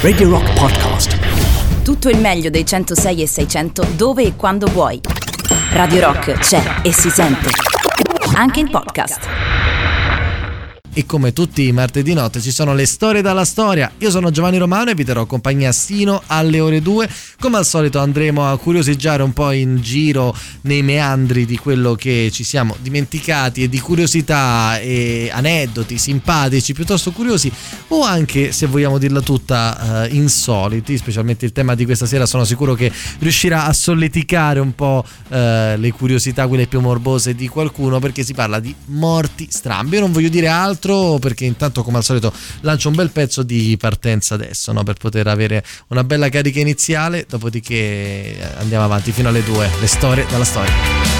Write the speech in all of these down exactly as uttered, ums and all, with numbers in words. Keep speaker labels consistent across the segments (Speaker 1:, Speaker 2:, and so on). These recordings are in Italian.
Speaker 1: Radio Rock Podcast.
Speaker 2: Tutto il meglio dei centosei e seicento dove e quando vuoi. Radio Rock c'è e si sente anche in podcast.
Speaker 3: E come tutti i martedì notte ci sono le storie dalla storia. Io sono Giovanni Romano e vi terrò compagnia sino alle ore due. Come al solito andremo a curiosiggiare un po' in giro nei meandri di quello che ci siamo dimenticati e di curiosità e aneddoti simpatici, piuttosto curiosi, o anche, se vogliamo dirla tutta, uh, insoliti. Specialmente il tema di questa sera sono sicuro che riuscirà a solleticare un po' uh, le curiosità, quelle più morbose di qualcuno, perché si parla di morti strambe. Io non voglio dire altro, perché intanto, come al solito, lancio un bel pezzo di partenza adesso, no? Per poter avere una bella carica iniziale, dopodiché andiamo avanti fino alle due. Le storie dalla storia.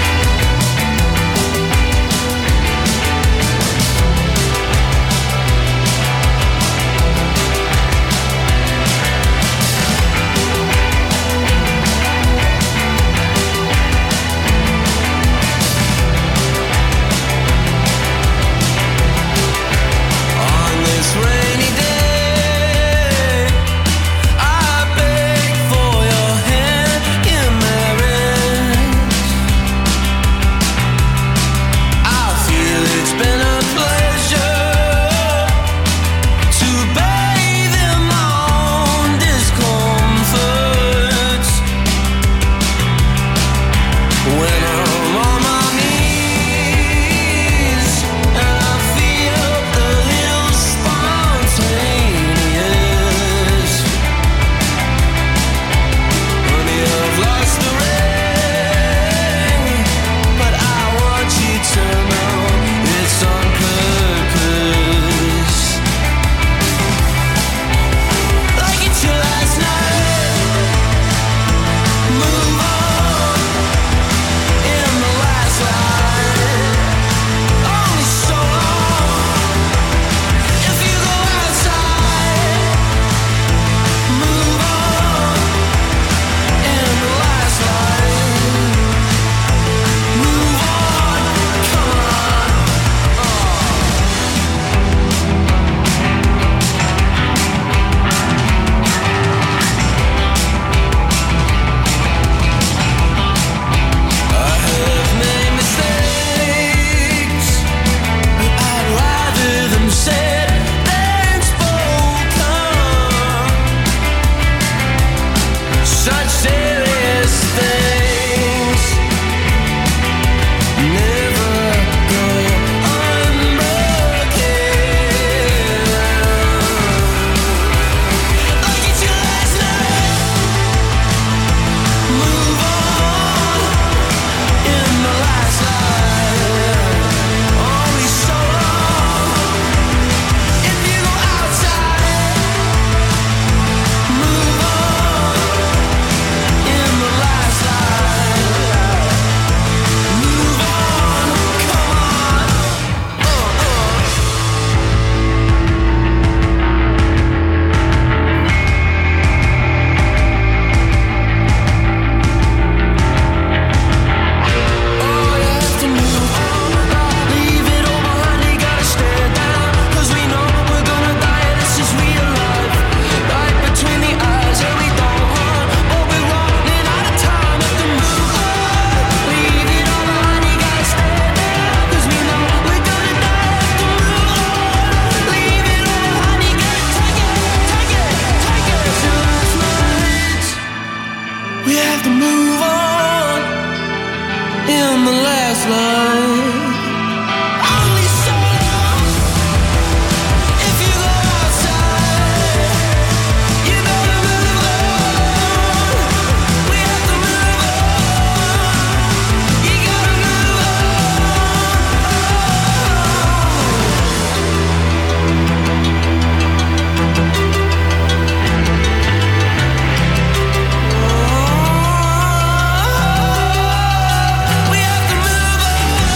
Speaker 4: We have to move on.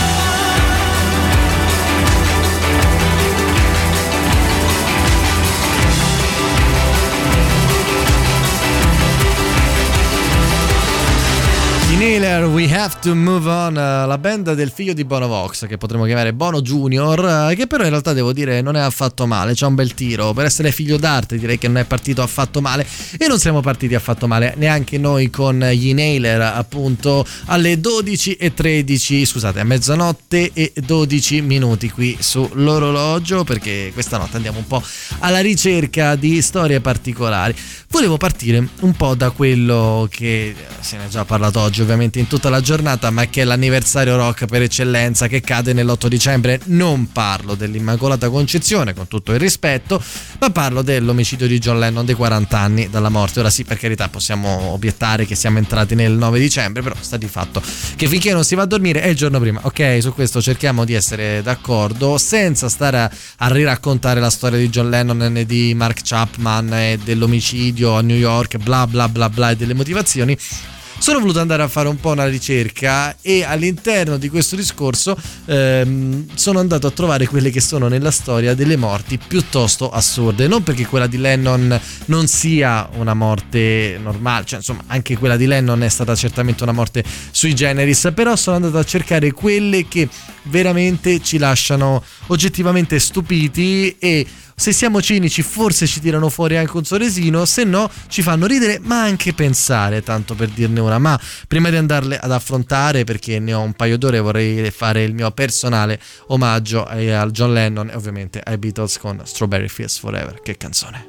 Speaker 3: Inhaler, We Have to Move On, la band del figlio di Bono Vox, che potremmo chiamare Bono Junior, che però in realtà devo dire non è affatto male, c'ha un bel tiro, per essere figlio d'arte direi che non è partito affatto male, e non siamo partiti affatto male neanche noi con gli Inhaler, appunto alle dodici e tredici, scusate, a mezzanotte e dodici minuti qui sull'orologio, perché questa notte andiamo un po' alla ricerca di storie particolari. Volevo partire un po' da quello che se ne è già parlato oggi ovviamente in tutta la giornata, ma che è l'anniversario rock per eccellenza, che cade nell'otto dicembre. Non parlo dell'Immacolata Concezione, con tutto il rispetto, ma parlo dell'omicidio di John Lennon, dei quaranta anni dalla morte. Ora sì, per carità, possiamo obiettare che siamo entrati nel nove dicembre, però sta di fatto che finché non si va a dormire è il giorno prima. Ok, su questo cerchiamo di essere d'accordo, senza stare a, a riraccontare la storia di John Lennon e di Mark Chapman e dell'omicidio a New York, bla bla bla bla, e delle motivazioni. Sono voluto andare a fare un po' una ricerca, e all'interno di questo discorso ehm, sono andato a trovare quelle che sono nella storia delle morti piuttosto assurde. Non perché quella di Lennon non sia una morte normale, cioè insomma anche quella di Lennon è stata certamente una morte sui generis, però sono andato a cercare quelle che veramente ci lasciano oggettivamente stupiti, e se siamo cinici forse ci tirano fuori anche un sorrisino, se no ci fanno ridere ma anche pensare, tanto per dirne una. Ma prima di andarle ad affrontare, perché ne ho un paio d'ore, vorrei fare il mio personale omaggio al John Lennon e ovviamente ai Beatles con Strawberry Fields Forever. Che canzone!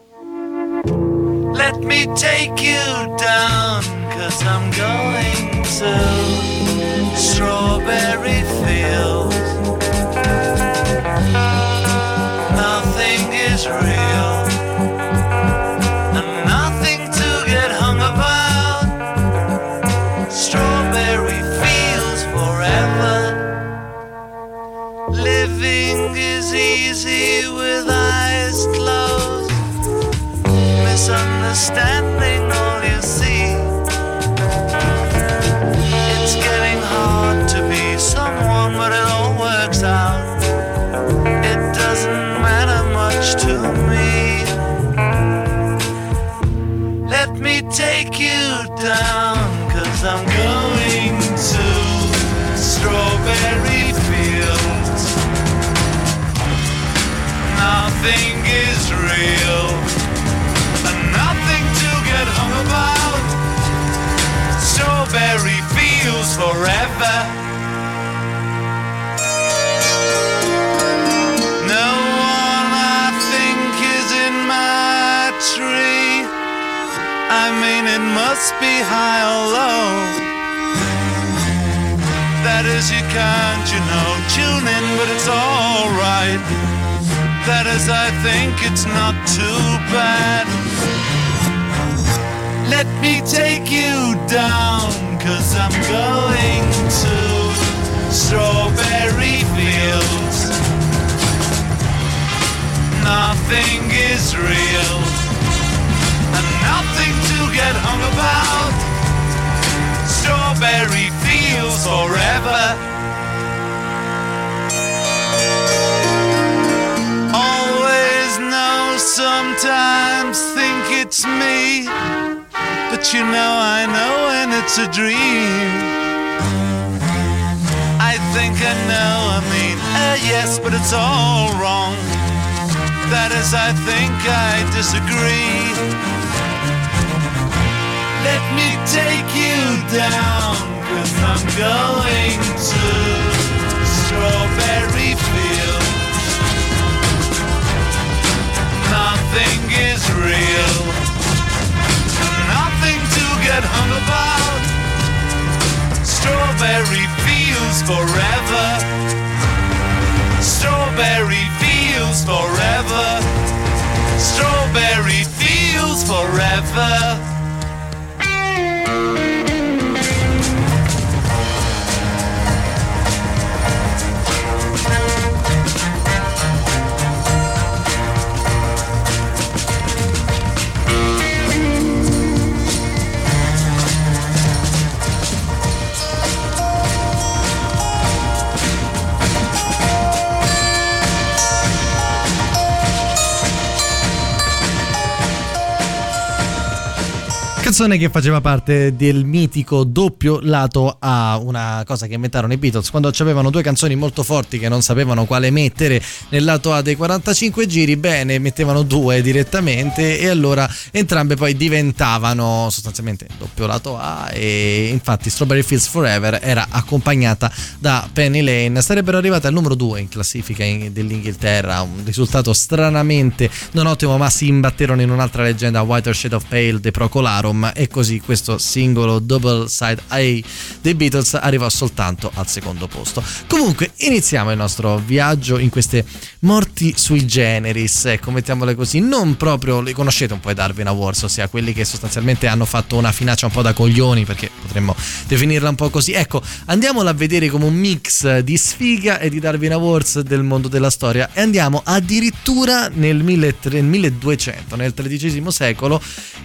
Speaker 1: Let me take you down, 'cause I'm going to Strawberry Fields. Nothing is real, and nothing to get hung about. Strawberry Fields forever. Living is easy with eyes closed. Misunderstanding all you see. It's getting hard to be someone, but it all works out. It doesn't matter much to me. Let me take you down, 'cause I'm going to Strawberry Fields. Nothing is real, and nothing to get hung about. Strawberry Fields forever. Tree. I mean, it must be high or low. That is, you can't, you know, tune in, but it's alright. That is, I think it's not too bad. Let me take you down, 'cause I'm going to Strawberry Fields. Nothing is real, and nothing to get hung about. Strawberry Fields forever. Always know, sometimes think it's me, but you know I know when it's a dream. I think I know, I mean, uh, yes, but it's all wrong. That is, I think I disagree. Let me take you down, 'cause I'm going to Strawberry Fields. Nothing is real, nothing to get hung about. Strawberry Fields forever. Strawberry Fields forever. Strawberry Fields forever.
Speaker 3: Canzone che faceva parte del mitico doppio lato A, una cosa che inventarono i Beatles quando avevano due canzoni molto forti che non sapevano quale mettere nel lato A dei quarantacinque giri. Bene, mettevano due direttamente e allora entrambe poi diventavano sostanzialmente doppio lato A, e infatti Strawberry Fields Forever era accompagnata da Penny Lane. Sarebbero arrivate al numero due in classifica in, dell'Inghilterra, un risultato stranamente non ottimo, ma si imbatterono in un'altra leggenda, Whiter Shade of Pale dei Procolarum, e così questo singolo Double Side A dei Beatles arrivò soltanto al secondo posto. Comunque iniziamo il nostro viaggio in queste morti sui generis, ecco, mettiamole così. Non proprio, le conoscete un po' i Darwin Awards, ossia quelli che sostanzialmente hanno fatto una finaccia un po' da coglioni, perché potremmo definirla un po' così. Ecco, andiamola a vedere come un mix di sfiga e di Darwin Awards del mondo della storia, e andiamo addirittura nel milleduecento, nel tredicesimo secolo,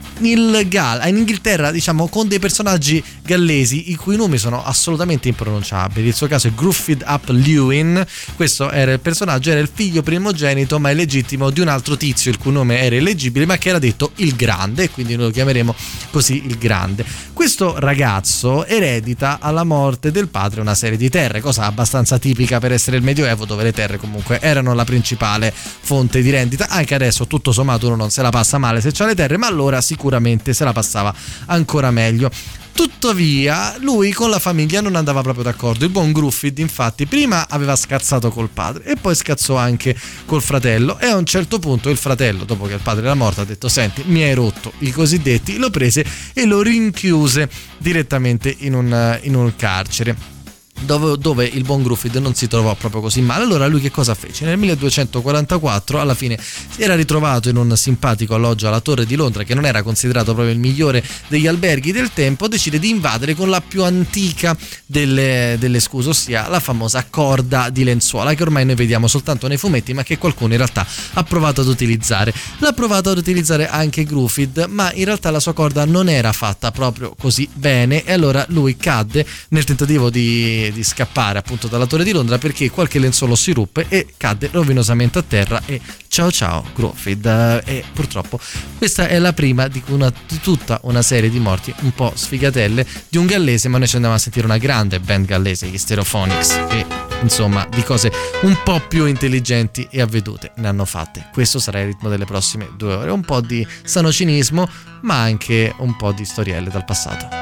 Speaker 3: il Gal- in Inghilterra, diciamo, con dei personaggi gallesi i cui nomi sono assolutamente impronunciabili. Il suo caso è Gruffydd ap Llywelyn. Questo era il personaggio, era il figlio primogenito ma illegittimo di un altro tizio il cui nome era illeggibile ma che era detto il Grande, e quindi noi lo chiameremo così, il Grande. Questo ragazzo eredita alla morte del padre una serie di terre, cosa abbastanza tipica per essere il Medioevo, dove le terre comunque erano la principale fonte di rendita. Anche adesso tutto sommato uno non se la passa male se c'ha le terre, ma allora sicuramente se la passava ancora meglio. Tuttavia lui con la famiglia non andava proprio d'accordo. Il buon Gruffydd infatti prima aveva scazzato col padre e poi scazzò anche col fratello, e a un certo punto il fratello, dopo che il padre era morto, ha detto: senti, mi hai rotto i cosiddetti, lo prese e lo rinchiuse direttamente in un, in un carcere. Dove, dove il buon Gruffydd non si trovò proprio così male. Allora lui che cosa fece? Nel milleduecentoquarantaquattro alla fine si era ritrovato in un simpatico alloggio alla Torre di Londra, che non era considerato proprio il migliore degli alberghi del tempo. Decide di invadere con la più antica delle, delle scuse, ossia la famosa corda di lenzuola, che ormai noi vediamo soltanto nei fumetti ma che qualcuno in realtà ha provato ad utilizzare. L'ha provato ad utilizzare anche Gruffydd, ma in realtà la sua corda non era fatta proprio così bene, e allora lui cadde nel tentativo di di scappare appunto dalla Torre di Londra, perché qualche lenzuolo si ruppe e cadde rovinosamente a terra, e ciao ciao Gruffydd. E purtroppo questa è la prima di, una, di tutta una serie di morti un po' sfigatelle di un gallese, ma noi ci andiamo a sentire una grande band gallese, gli Stereophonics, che insomma di cose un po' più intelligenti e avvedute ne hanno fatte. Questo sarà il ritmo delle prossime due ore, un po' di sanocinismo ma anche un po' di storielle dal passato.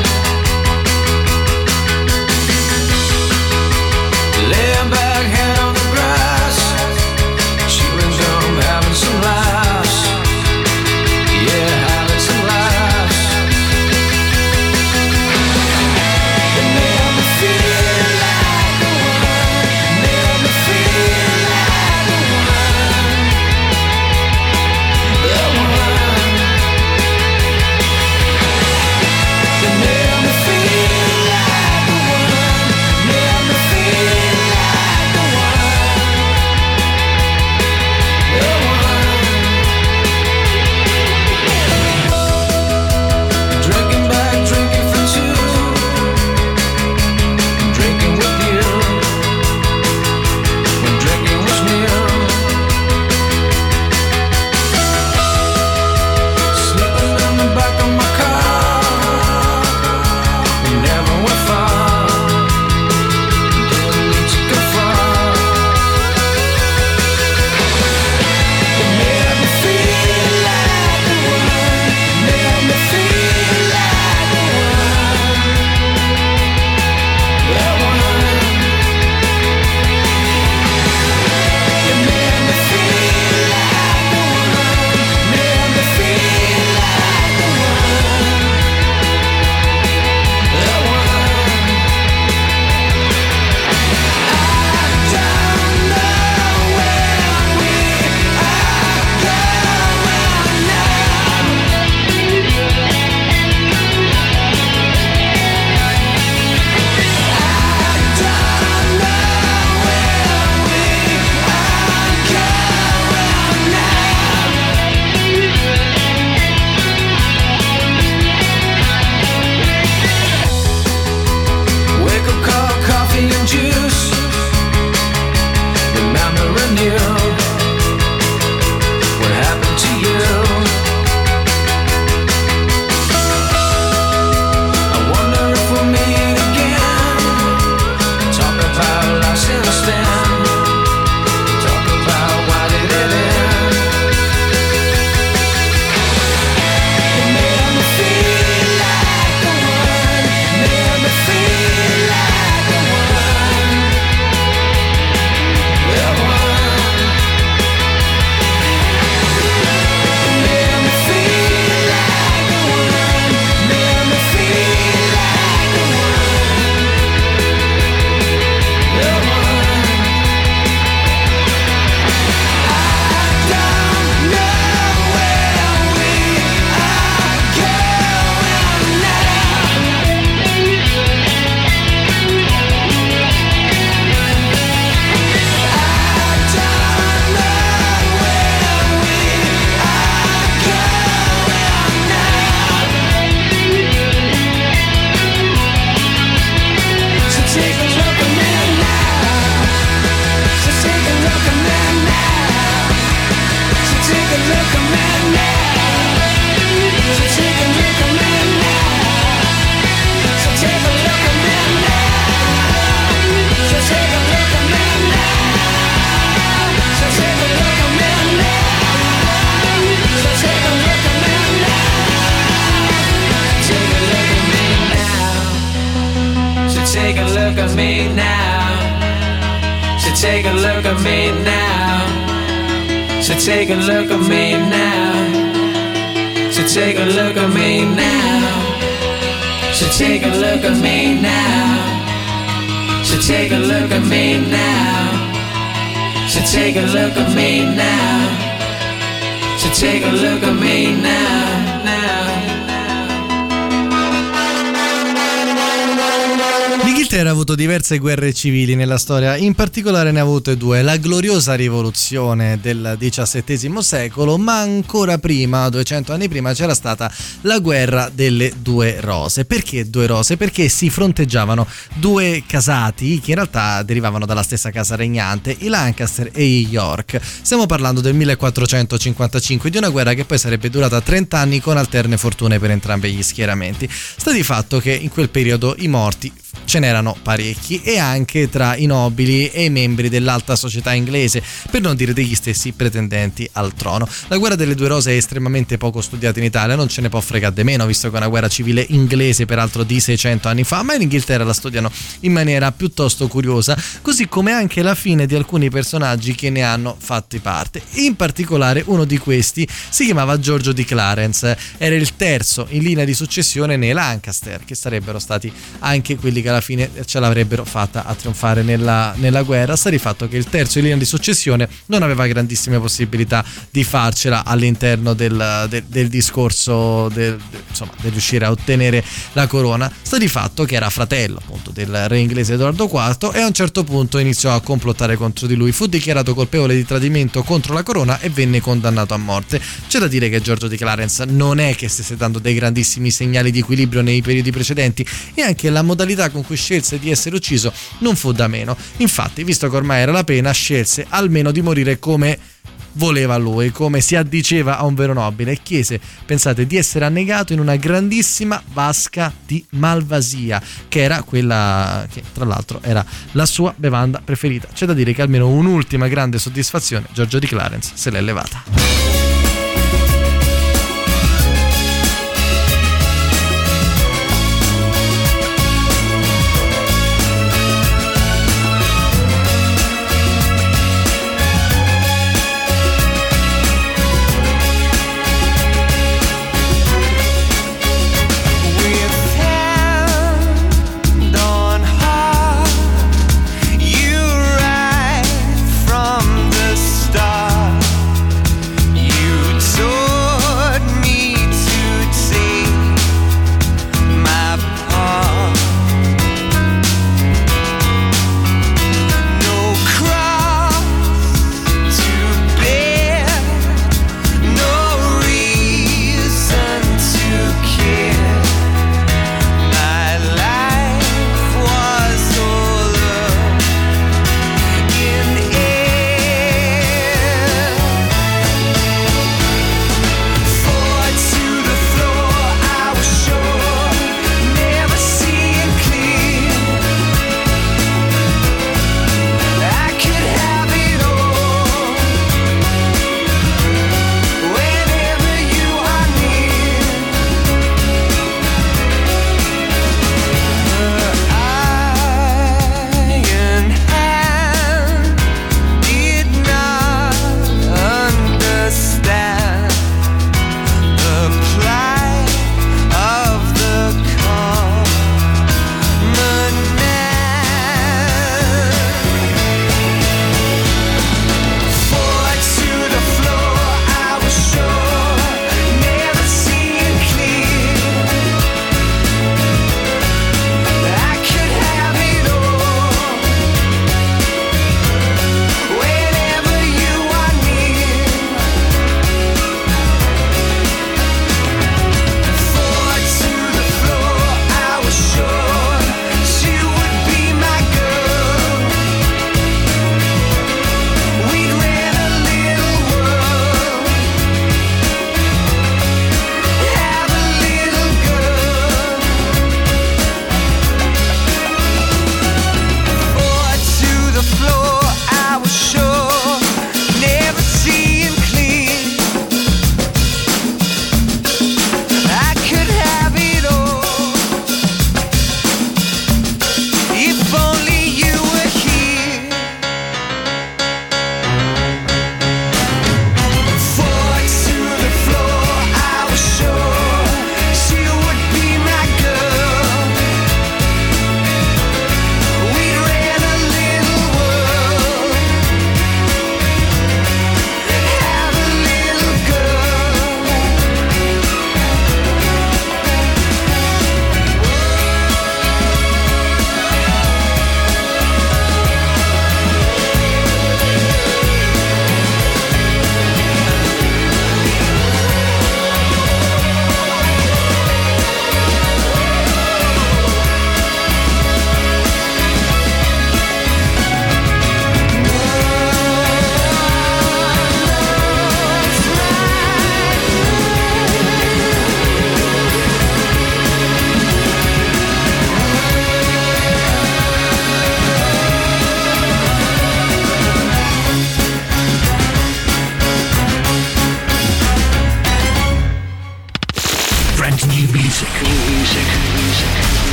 Speaker 4: Lay back, head on take a look at me now. So take a look at me now. So take a look at me now. So take a look at me now. So take a look at me now. So take a look at me now. So take a look at me now. So take a look at me now, now.
Speaker 3: L'Inghilterra ha avuto diverse guerre civili nella storia, in particolare ne ha avute due: la gloriosa rivoluzione del diciassettesimo secolo, ma ancora prima, duecento anni prima, c'era stata la guerra delle due rose. Perché due rose? Perché si fronteggiavano due casati che in realtà derivavano dalla stessa casa regnante, i Lancaster e i York. Stiamo parlando del millequattrocentocinquantacinque, di una guerra che poi sarebbe durata trenta anni con alterne fortune per entrambi gli schieramenti. Sta di fatto che in quel periodo i morti ce n'erano parecchi, e anche tra i nobili e i membri dell'alta società inglese, per non dire degli stessi pretendenti al trono. La guerra delle due rose è estremamente poco studiata in Italia, non ce ne può fregare di meno, visto che è una guerra civile inglese, peraltro di seicento anni fa, ma in Inghilterra la studiano in maniera piuttosto curiosa, così come anche la fine di alcuni personaggi che ne hanno fatti parte. In particolare uno di questi si chiamava Giorgio di Clarence, era il terzo in linea di successione nei Lancaster, che sarebbero stati anche quelli che alla fine ce l'avrebbero fatta a trionfare nella, nella guerra. Sta di fatto che il terzo in linea di successione non aveva grandissime possibilità di farcela all'interno del, del, del discorso del, del, insomma, di riuscire a ottenere la corona. Sta di fatto che era fratello appunto del re inglese Edoardo quarto, e a un certo punto iniziò a complottare contro di lui, fu dichiarato colpevole di tradimento contro la corona e venne condannato a morte. C'è da dire che Giorgio di Clarence non è che stesse dando dei grandissimi segnali di equilibrio nei periodi precedenti, e anche la modalità con cui scelse di essere ucciso non fu da meno. Infatti, visto che ormai era la pena, scelse almeno di morire come voleva lui, come si addiceva a un vero nobile, e chiese, pensate, di essere annegato in una grandissima vasca di Malvasia, che era quella che tra l'altro era la sua bevanda preferita. C'è da dire che almeno un'ultima grande soddisfazione Giorgio di Clarence se l'è levata.
Speaker 1: You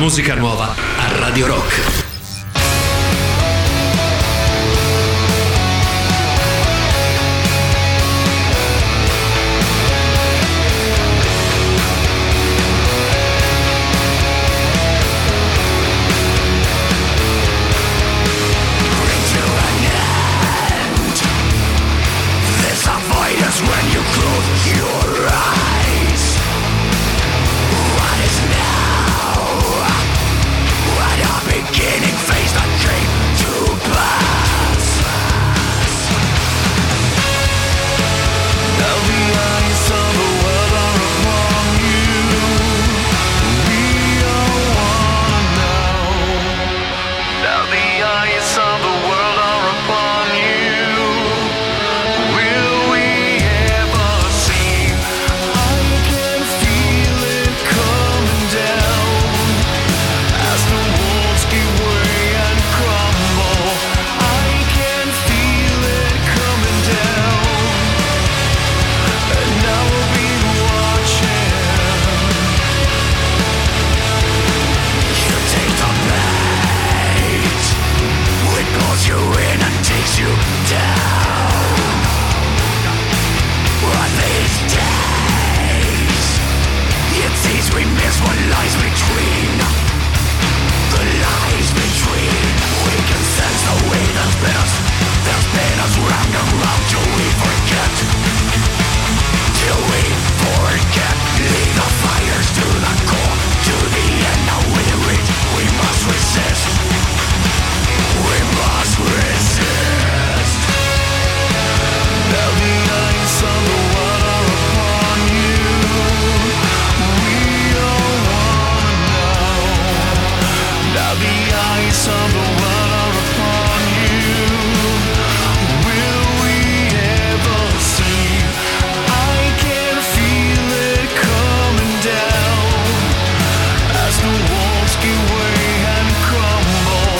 Speaker 5: musica nuova a Radio Rock.
Speaker 6: When you close your eyes, what is now? What a beginning, face that came to pass. Now the eyes of the world are upon you. We all wanna know. Now the eyes of the world are upon you. You in and takes you down. One these days, it seems we miss what lies between. The lies between. We can sense the way that's been us. That's been us round and round till we forget. Till we forget. Lead the fires to the core, to the end. Now we reach, we must resist. We must resist. Now the eyes of the world are upon you. We all wanna know. Now the eyes of the world are upon you. Will we ever see? I can feel it coming down as the walls give way and crumble.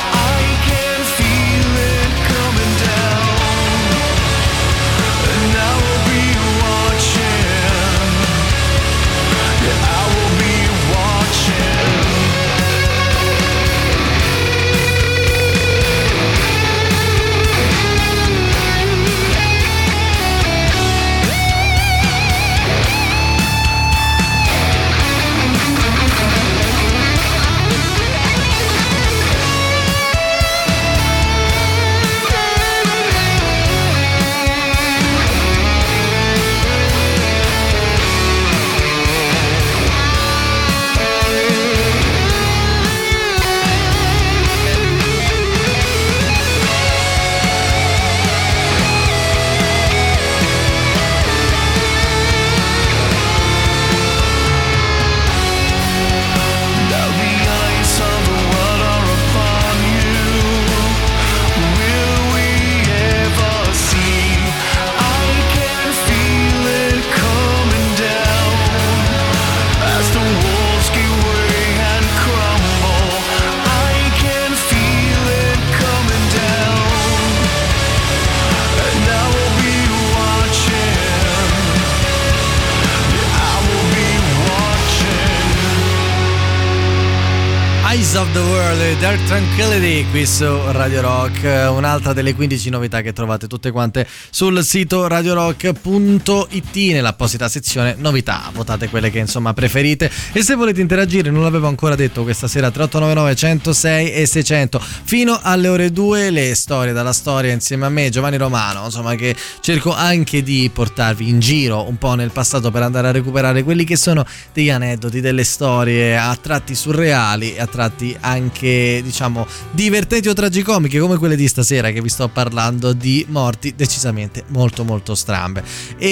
Speaker 3: of the World, Dark Tranquillity qui su Radio Rock, un'altra delle quindici novità che trovate tutte quante sul sito radiorock punto it nell'apposita sezione novità. Votate quelle che insomma preferite e se volete interagire, non l'avevo ancora detto questa sera, tre otto nove nove centosei e seicento fino alle ore due, le storie dalla storia insieme a me, Giovanni Romano, insomma, che cerco anche di portarvi in giro un po' nel passato per andare a recuperare quelli che sono degli aneddoti, delle storie a tratti surreali e a tratti anche, diciamo, divertenti o tragicomiche, come quelle di stasera, che vi sto parlando di morti decisamente molto molto strambe,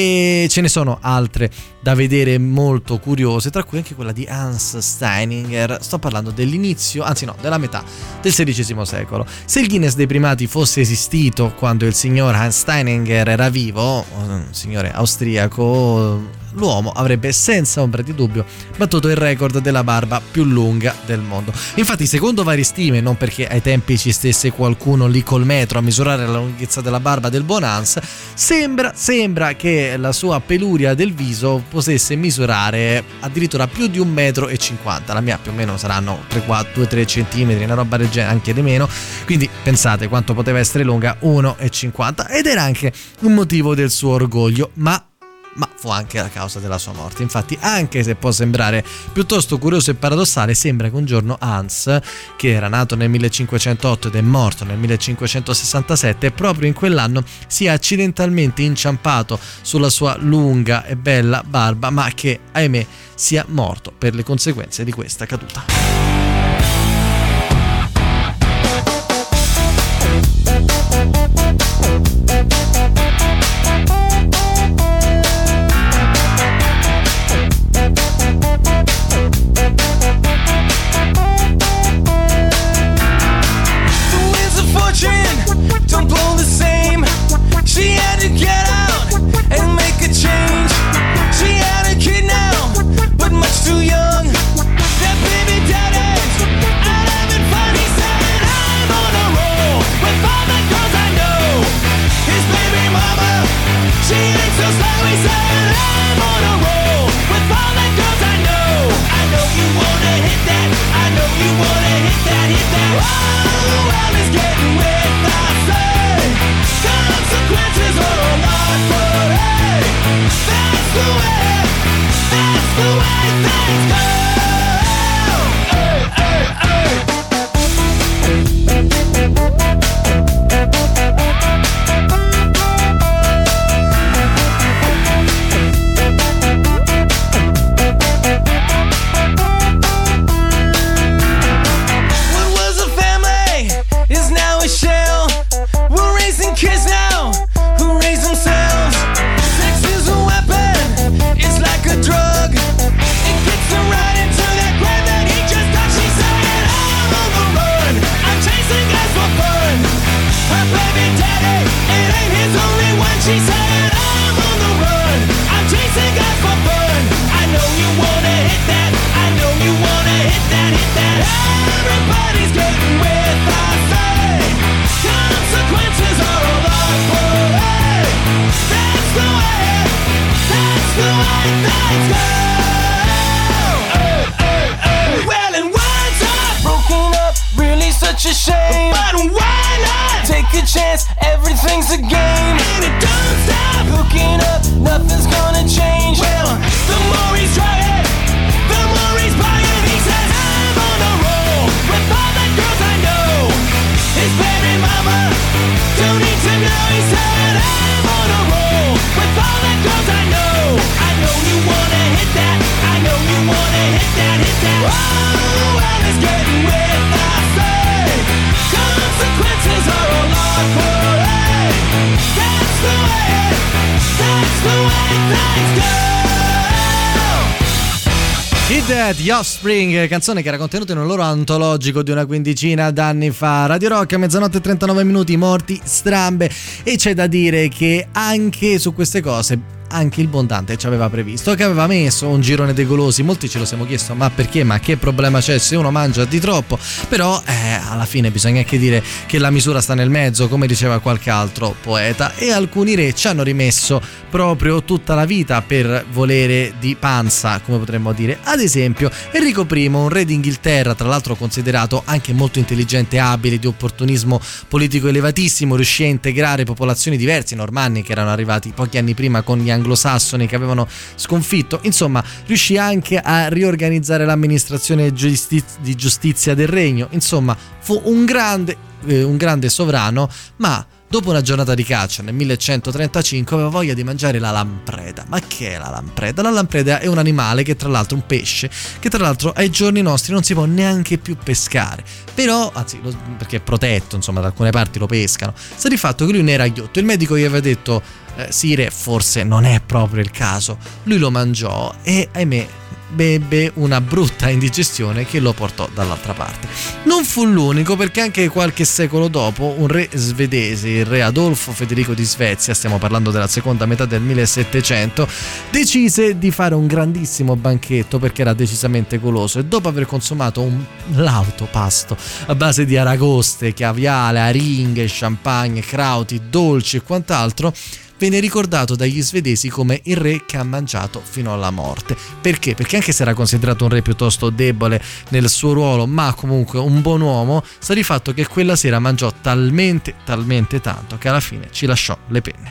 Speaker 3: e ce ne sono altre da vedere molto curiose, tra cui anche quella di Hans Steininger. Sto parlando dell'inizio, anzi no, della metà del sedicesimo secolo. Se il Guinness dei primati fosse esistito quando il signor Hans Steininger era vivo, un signore austriaco l'uomo avrebbe senza ombra di dubbio battuto il record della barba più lunga del mondo. Infatti, secondo varie stime, non perché ai tempi ci stesse qualcuno lì col metro a misurare la lunghezza della barba del buon Hans, sembra, sembra che la sua peluria del viso potesse misurare addirittura più di un metro e cinquanta. La mia più o meno saranno due tre centimetri, una roba del genere, anche di meno. Quindi pensate quanto poteva essere lunga, uno e cinquanta, ed era anche un motivo del suo orgoglio, ma ma fu anche la causa della sua morte. Infatti, anche se può sembrare piuttosto curioso e paradossale, sembra che un giorno Hans, che era nato nel millecinquecentotto ed è morto nel millecinquecentosessantasette, proprio in quell'anno sia accidentalmente inciampato sulla sua lunga e bella barba, ma che, ahimè, sia morto per le conseguenze di questa caduta.
Speaker 7: Don't blow the same. She had to get out and make a change. She had a kid now, but much too young. That baby daddy's out having fun. He said, I'm on a roll with all the girls I know. His baby mama, she ain't so slow. He said, I'm on a roll with all the girls I know. I know you wanna hit that. I know you wanna hit that, hit that. Oh, well, it's getting with consequences are a lot, but hey, that's the way, that's the way things go. Hey, hey, hey. What was a family is now a shell. We're raising kids now who raise themselves. Sex is a weapon, it's like a drug. It gets them right into that grave that he just touched. She said, I'm on the run, I'm chasing guys for fun. Her baby daddy, it ain't his only one. She said, I'm on the run, I'm chasing guys for fun. I know you wanna hit that, I know you wanna hit that, hit that. Everybody's getting with us, hey. Consequences are a lot, but hey, that's the way, that's the way things go. Hey, hey, hey. Well, and words are broken up, really such a shame. But why not take a chance? Everything's a game, and it don't stop. Hooking up, nothing's gonna change. Well, the more he's trying, the more he's buying. He says, I'm on a roll with all the girls I know. His baby mama don't need to know. He said, I'm on a roll with all the girls I know. I know you wanna hit that, I know you wanna hit that, hit that. Oh, well, it's getting with us, hey. Consequences are a lot, but hey, that's the way, that's the way things go.
Speaker 3: Hit That, The Offspring, canzone che era contenuta in un loro antologico di una quindicina d'anni fa. Radio Rock, a mezzanotte e trentanove minuti, morti strambe, e c'è da dire che anche su queste cose anche il buon Dante ci aveva previsto, che aveva messo un girone dei golosi. Molti ce lo siamo chiesto, ma perché, ma che problema c'è se uno mangia di troppo? Però eh, alla fine bisogna anche dire che la misura sta nel mezzo, come diceva qualche altro poeta, e alcuni re ci hanno rimesso proprio tutta la vita per volere di panza, come potremmo dire. Ad esempio Enrico I, un re d'Inghilterra, tra l'altro considerato anche molto intelligente e abile, di opportunismo politico elevatissimo, riuscì a integrare popolazioni diverse, i normanni che erano arrivati pochi anni prima con gli anglosassoni che avevano sconfitto. Insomma, riuscì anche a riorganizzare l'amministrazione giustiz- di giustizia del regno. Insomma, fu un grande, eh, un grande sovrano, ma dopo una giornata di caccia nel millecentotrentacinque aveva voglia di mangiare la lampreda. Ma che è la lampreda? La lampreda è un animale che tra l'altro, un pesce, che tra l'altro ai giorni nostri non si può neanche più pescare. Però, anzi, lo, perché è protetto, insomma, da alcune parti lo pescano. Sta di fatto che lui ne era ghiotto. Il medico gli aveva detto, eh, Sire, forse non è proprio il caso. Lui lo mangiò e, ahimè, ebbe una brutta indigestione che lo portò dall'altra parte. Non fu l'unico, perché anche qualche secolo dopo un re svedese, il re Adolfo Federico di Svezia, stiamo parlando della seconda metà del millesettecento, decise di fare un grandissimo banchetto perché era decisamente goloso, e dopo aver consumato un lauto pasto a base di aragoste, caviale, aringhe, champagne, crauti, dolci e quant'altro, venne ricordato dagli svedesi come il re che ha mangiato fino alla morte. Perché? Perché anche se era considerato un re piuttosto debole nel suo ruolo, ma comunque un buon uomo, sta di fatto che quella sera mangiò talmente, talmente tanto che alla fine ci lasciò le penne.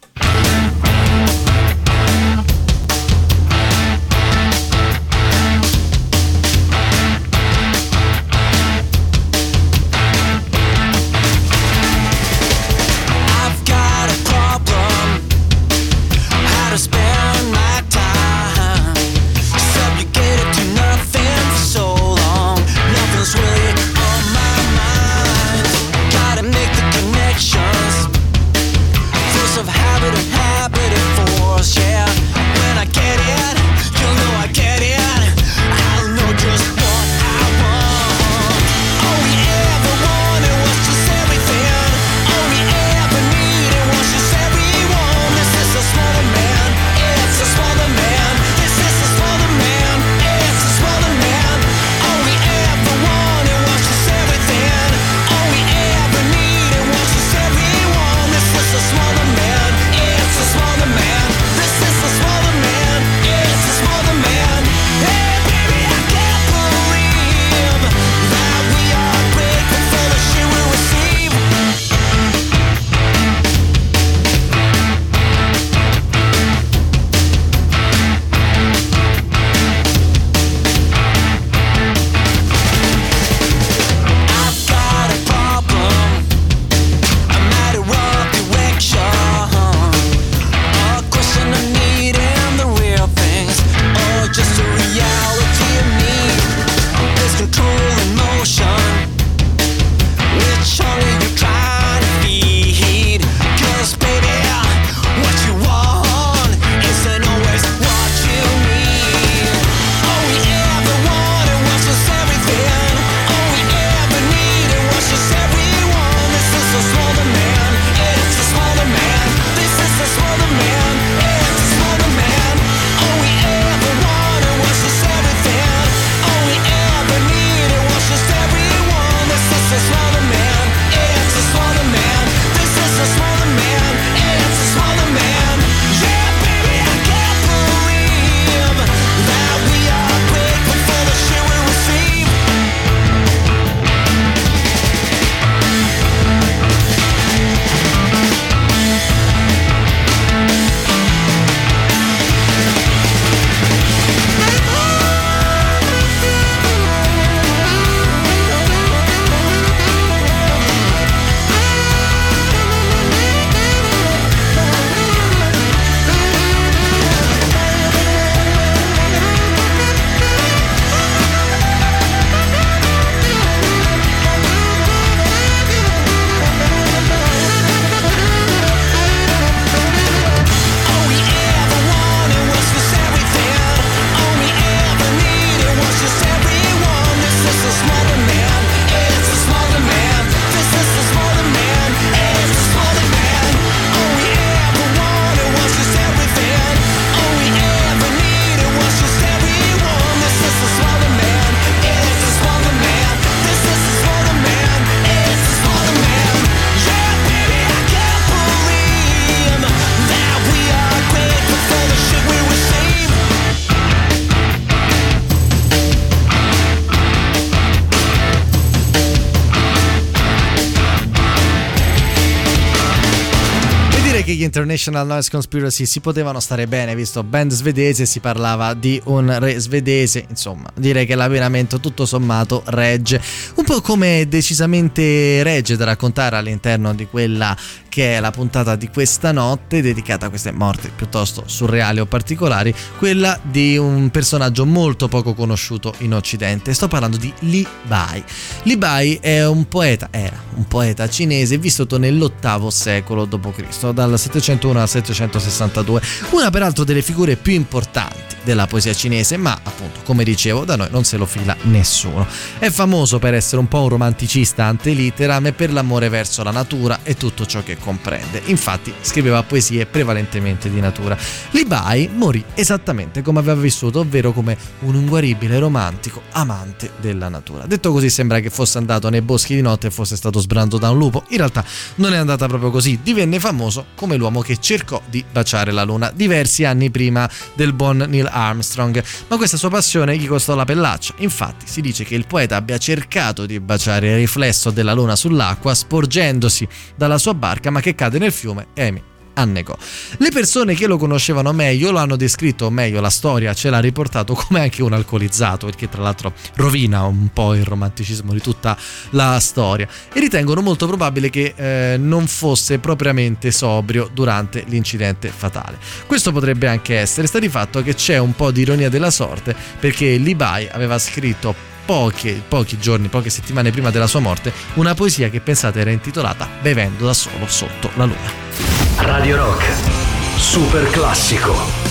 Speaker 3: Gli International Noise Conspiracy si potevano stare bene, visto band svedese, si parlava di un re svedese, insomma direi che l'abbinamento tutto sommato regge, un po' come decisamente regge da raccontare all'interno di quella che è la puntata di questa notte dedicata a queste morti piuttosto surreali o particolari, quella di un personaggio molto poco conosciuto in Occidente. Sto parlando di Li Bai. Li Bai è un poeta, era un poeta cinese vissuto nell'ottavo secolo dopo Cristo, dal settecentouno al settecentosessantadue, una peraltro delle figure più importanti della poesia cinese, ma appunto, come dicevo, da noi non se lo fila nessuno. È famoso per essere un po' un romanticista ante litteram e per l'amore verso la natura e tutto ciò che comprende. Infatti scriveva poesie prevalentemente di natura. Li Bai morì esattamente come aveva vissuto, ovvero come un inguaribile romantico amante della natura. Detto così sembra che fosse andato nei boschi di notte e fosse stato sbranato da un lupo. In realtà non è andata proprio così, divenne famoso come l'uomo che cercò di baciare la luna diversi anni prima del buon Neil Armstrong, ma questa sua passione gli costò la pellaccia. Infatti si dice che il poeta abbia cercato di baciare il riflesso della luna sull'acqua sporgendosi dalla sua barca, ma che cade nel fiume e ahimè annegò. Le persone che lo conoscevano meglio lo hanno descritto meglio, la storia ce l'ha riportato come anche un alcolizzato, il che tra l'altro rovina un po' il romanticismo di tutta la storia, e ritengono molto probabile che eh, non fosse propriamente sobrio durante l'incidente fatale. Questo potrebbe anche essere, sta di fatto che c'è un po' di ironia della sorte, perché Li Bai aveva scritto Pochi, pochi giorni, poche settimane prima della sua morte, una poesia che pensate era intitolata Bevendo da solo sotto la luna.
Speaker 5: Radio Rock, super classico.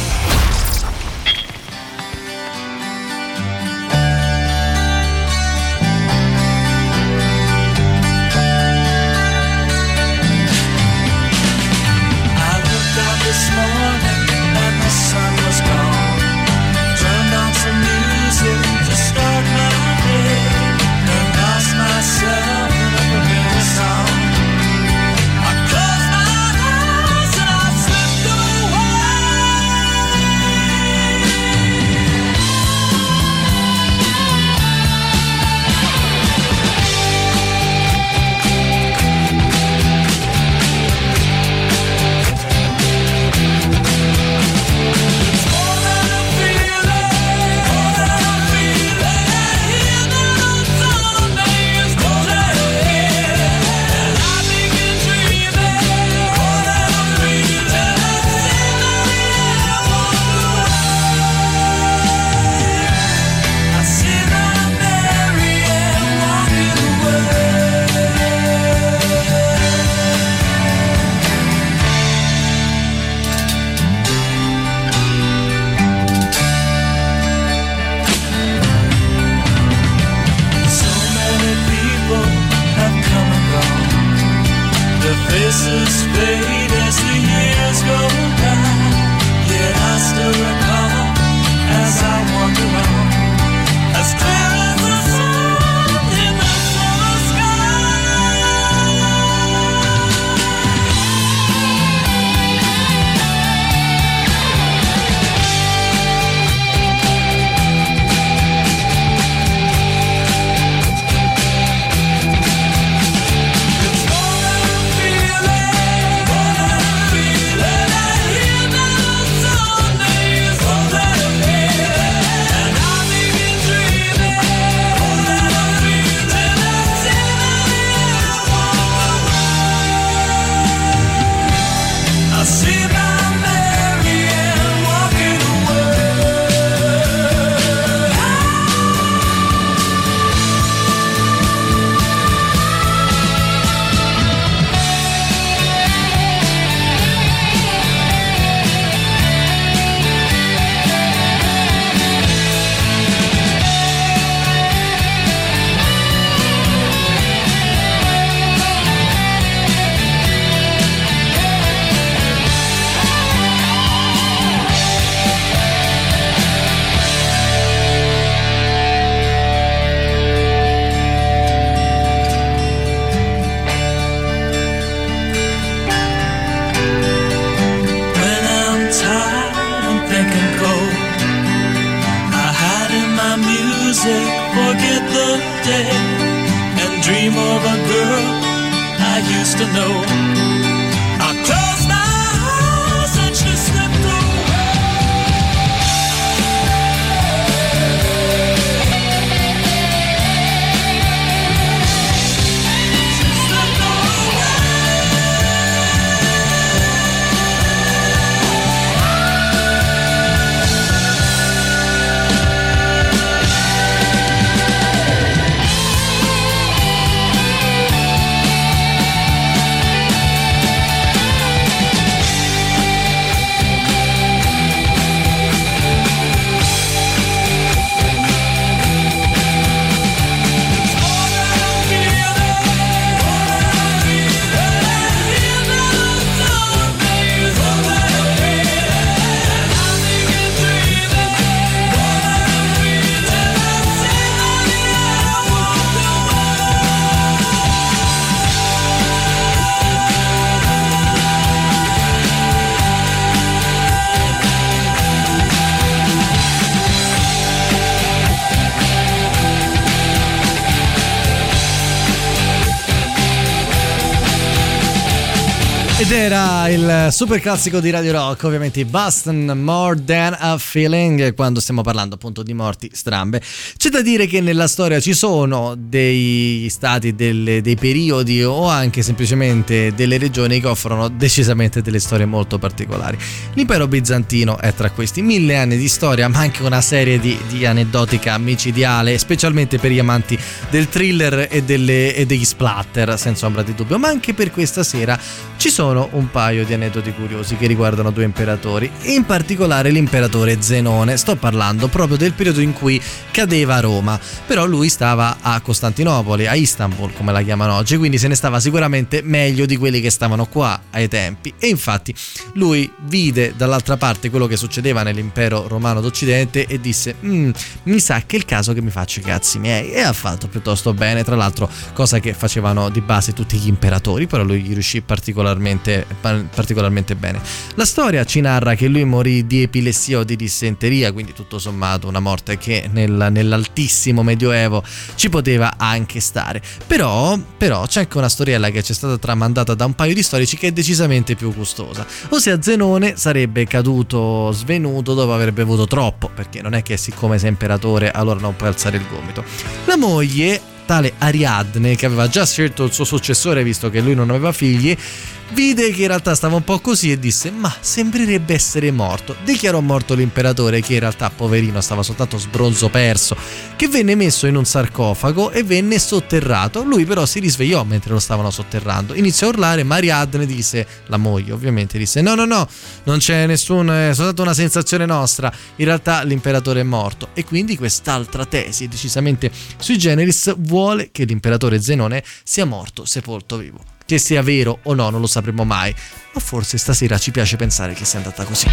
Speaker 3: Ed era il super classico di Radio Rock, ovviamente Boston, More Than a Feeling, quando stiamo parlando appunto di morti strambe. C'è da dire che nella storia ci sono dei stati, delle, dei periodi o anche semplicemente delle regioni che offrono decisamente delle storie molto particolari. L'impero bizantino è tra questi, mille anni di storia, ma anche una serie di, di aneddotica micidiale, specialmente per gli amanti del thriller e, delle, e degli splatter, senza ombra di dubbio. Ma anche per questa sera ci sono un paio di aneddoti curiosi che riguardano due imperatori, in particolare l'imperatore Zenone. Sto parlando proprio del periodo in cui cadeva Roma, però lui stava a Costantinopoli, a Istanbul come la chiamano oggi, quindi se ne stava sicuramente meglio di quelli che stavano qua ai tempi, e infatti lui vide dall'altra parte quello che succedeva nell'impero romano d'Occidente e disse mm, mi sa che è il caso che mi faccio i cazzi miei, e ha fatto piuttosto bene, tra l'altro cosa che facevano di base tutti gli imperatori, però lui gli riuscì particolarmente particolarmente bene. La storia ci narra che lui morì di epilessia o di dissenteria, quindi tutto sommato una morte che nel, nell'altissimo medioevo ci poteva anche stare. Però, però c'è anche una storiella che ci è stata tramandata da un paio di storici che è decisamente più gustosa, ossia Zenone sarebbe caduto svenuto dopo aver bevuto troppo, perché non è che siccome sei imperatore allora non puoi alzare il gomito. La moglie, tale Ariadne, che aveva già scelto il suo successore visto che lui non aveva figli, vide che in realtà stava un po' così e disse ma sembrerebbe essere morto. Dichiarò morto l'imperatore, che in realtà poverino stava soltanto sbronzo perso, che venne messo in un sarcofago e venne sotterrato. Lui però si risvegliò mentre lo stavano sotterrando, iniziò a urlare, ma Ariadne disse, la moglie ovviamente, disse no no no non c'è nessuno, è soltanto una sensazione nostra, in realtà l'imperatore è morto. E quindi quest'altra tesi, decisamente sui generis, vuole che l'imperatore Zenone sia morto sepolto vivo. Che sia vero o no non lo sapremo mai, ma forse stasera ci piace pensare che sia andata così.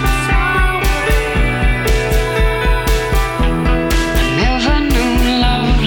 Speaker 8: Never knew love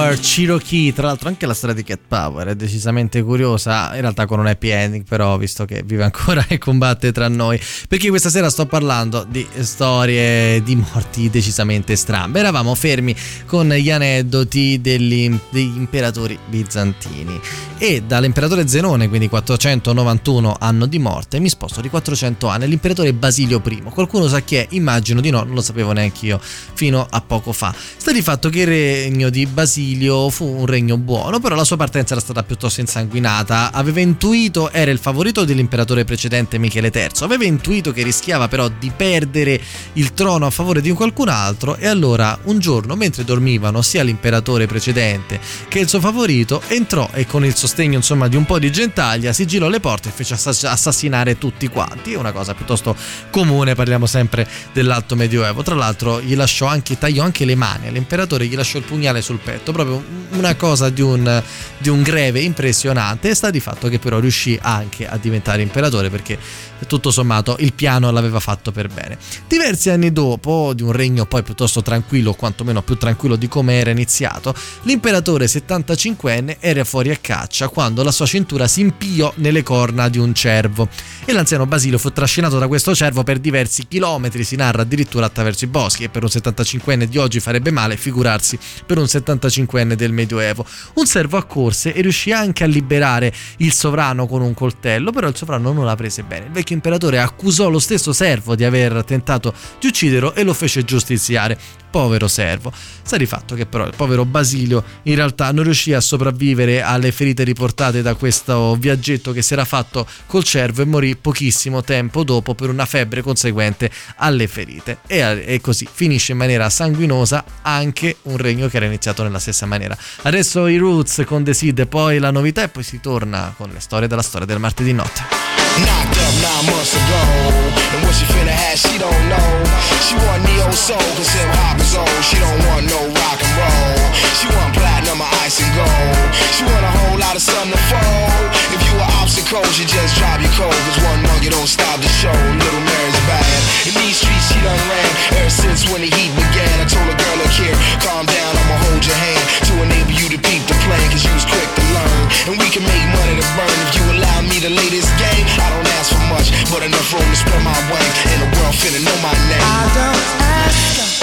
Speaker 3: Power Cherokee. Tra l'altro anche la storia di Cat Power è decisamente curiosa, in realtà con un happy ending, però visto che vive ancora e combatte tra noi, perché questa sera sto parlando di storie di morti decisamente strambe. Eravamo fermi con gli aneddoti degli, degli imperatori bizantini e dall'imperatore Zenone, quindi quattrocentonovantuno anno di morte, mi sposto di quattrocento anni l'imperatore Basilio I. Qualcuno sa chi è? Immagino di no, non lo sapevo neanche io fino a poco fa. Sta di fatto che il regno di Basilio fu un regno buono, però la sua partenza era stata piuttosto insanguinata. Aveva intuito, era il favorito dell'imperatore precedente Michele terzo, aveva intuito che rischiava però di perdere il trono a favore di qualcun altro, e allora un giorno, mentre dormivano sia l'imperatore precedente che il suo favorito, entrò e con il sostegno insomma di un po' di gentaglia sigillò le porte e fece assassinare tutti quanti. È una cosa piuttosto comune, parliamo sempre dell'alto medioevo. Tra l'altro gli lasciò anche, tagliò anche le mani all'imperatore, gli lasciò il pugnale sul petto, proprio una cosa di un, di un greve impressionante. E sta di fatto che però riuscì anche a diventare imperatore, perché tutto sommato il piano l'aveva fatto per bene. Diversi anni dopo, di un regno poi piuttosto tranquillo, o quantomeno più tranquillo di come era iniziato, l'imperatore settantacinquenne era fuori a caccia quando la sua cintura si impigliò nelle corna di un cervo e l'anziano Basilio fu trascinato da questo cervo per diversi chilometri, si narra addirittura attraverso i boschi, e per un settantacinquenne di oggi farebbe male, figurarsi per un settantacinquenne del Medioevo. Un servo accorse e riuscì anche a liberare il sovrano con un coltello, però il sovrano non la prese bene. Il vecchio imperatore accusò lo stesso servo di aver tentato di ucciderlo e lo fece giustiziare. Povero servo. Sta di fatto che però il povero Basilio in realtà non riuscì a sopravvivere alle ferite riportate da questo viaggetto che si era fatto col cervo e morì pochissimo tempo dopo per una febbre conseguente alle ferite, e, e così finisce in maniera sanguinosa anche un regno che era iniziato nella stessa maniera. Adesso i Roots con The Seed, poi la novità, e poi si torna con le storie della storia del martedì notte.
Speaker 8: Knocked up nine months ago, and what she finna have, she don't know. She want neo soul, cause hip hop is old. She don't want no rock and roll. She want platinum or ice and gold. She want a whole lot of sun to fold. If you were obstacles, you just drop your cold, cause one monkey don't stop the show. Little Mary's bad. In these streets she done ran ever since when the heat began. I told a girl, look here, calm down, I'ma hold your hand to enable you to peep the plan, cause you was quick to learn. And we can make money to burn if you allow me to lay this game. I don't ask for much, but enough room to spread my wings, and the world finna know my name.
Speaker 7: I don't ask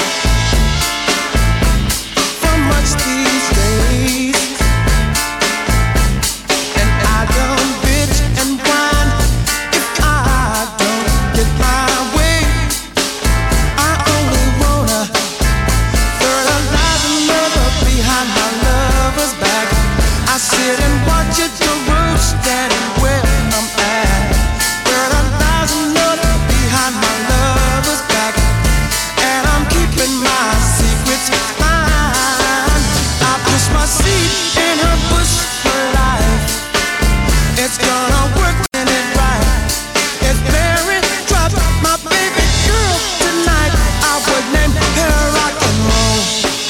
Speaker 7: for much these days, and I don't bitch and whine if I don't get my way. I only wanna fertilize another behind my lover's back. I sit and watch it the roots standing where I'm at. Fertilize another behind my lover's back, and I'm keeping my secrets fine. I push my seed in her bush for life. It's gonna work when it right. If Mary dropped my baby girl tonight, I would name her rock and roll.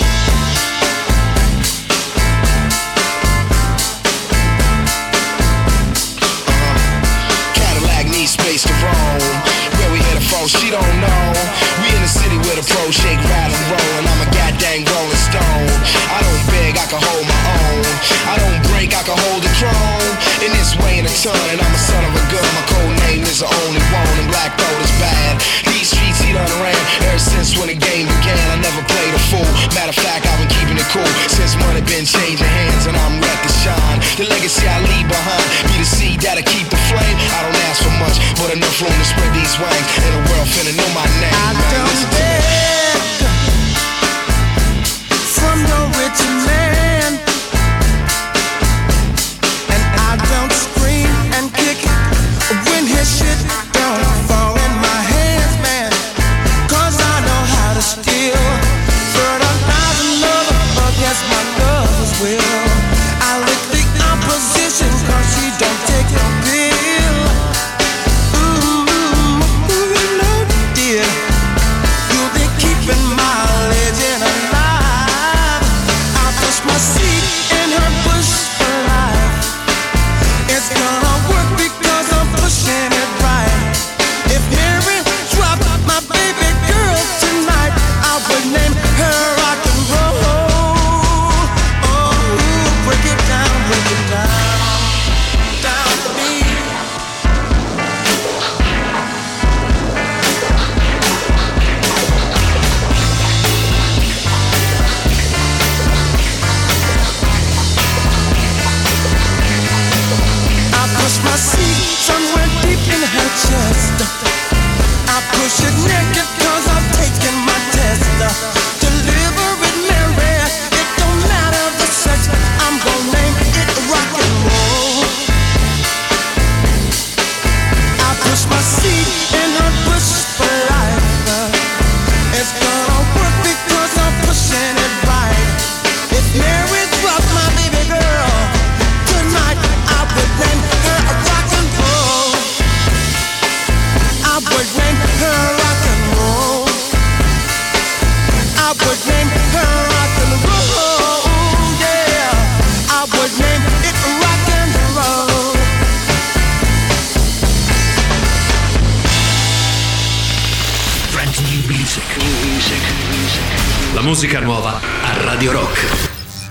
Speaker 8: Cadillac needs space to roam. Where we headed from, she don't know. We in the city with a pro shake, rattle, and roll, and I'm a goddamn rolling stone. I don't beg, I can hold my own. I don't break, I can hold the throne. In this way in a ton, and I'm a son of a gun. My code name is the only one, and black gold is bad. These streets he done ran ever since when the game began. I never played a fool. Matter of fact, I've been keeping it cool since money been changing hands, and I'm ready to shine. The legacy I leave behind be the seed that'll keep the flame. I don't ask for much, but enough room to spread these wings, and the world finna know my name.
Speaker 7: I
Speaker 8: Man,
Speaker 7: don't
Speaker 8: listen to me.
Speaker 7: beg from no rich man, and I don't scream and kick when his shit don't fall in my hands, man. Cause I know how to steal, fertilize another against my lover's will. I lick the opposition cause she don't take a pill. Ooh, ooh, no dear, you'll be keeping my legend alive. I push my seed in her bush for life. It's gonna work because I'm pushing it right. If Mary dropped my baby girl tonight, I would name her rock and roll. Oh,
Speaker 5: La musica nuova a Radio Rock.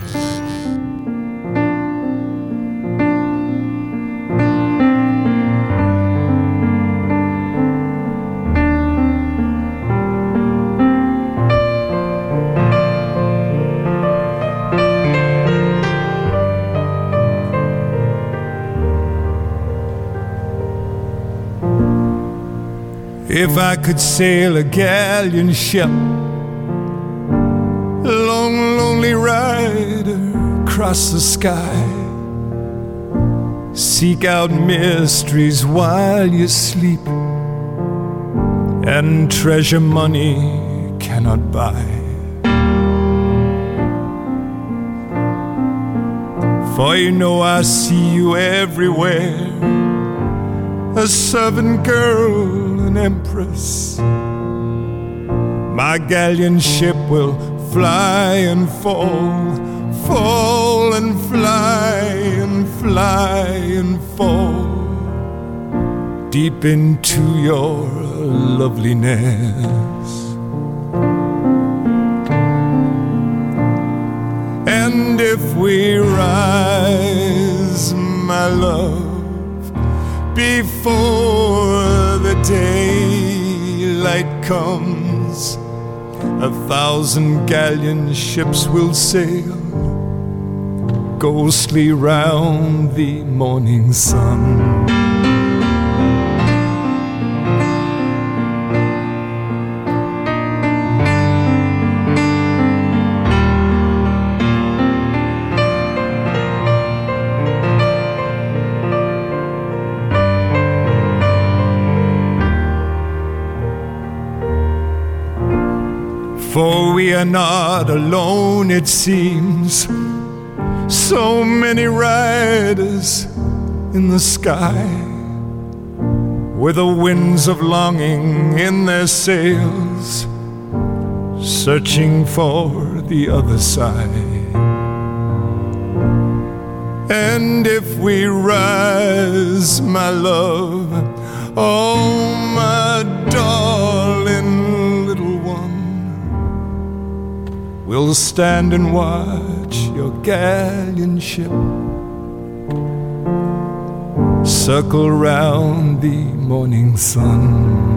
Speaker 9: If I could sail a galleon ship, a long, lonely rider across the sky, seek out mysteries while you sleep, and treasure money cannot buy. For you know I see you everywhere, a servant girl, an empress. My galleon ship will fly and fall, fall and fly and fly and fall deep into your loveliness. And if we rise, my love, before the daylight comes, a thousand galleon ships will sail ghostly round the morning sun. For we are not alone, it seems. So many riders in the sky, with the winds of longing in their sails, searching for the other side. And if we rise, my love, oh my darling little one, we'll stand and watch your galleon ship circle round the morning sun.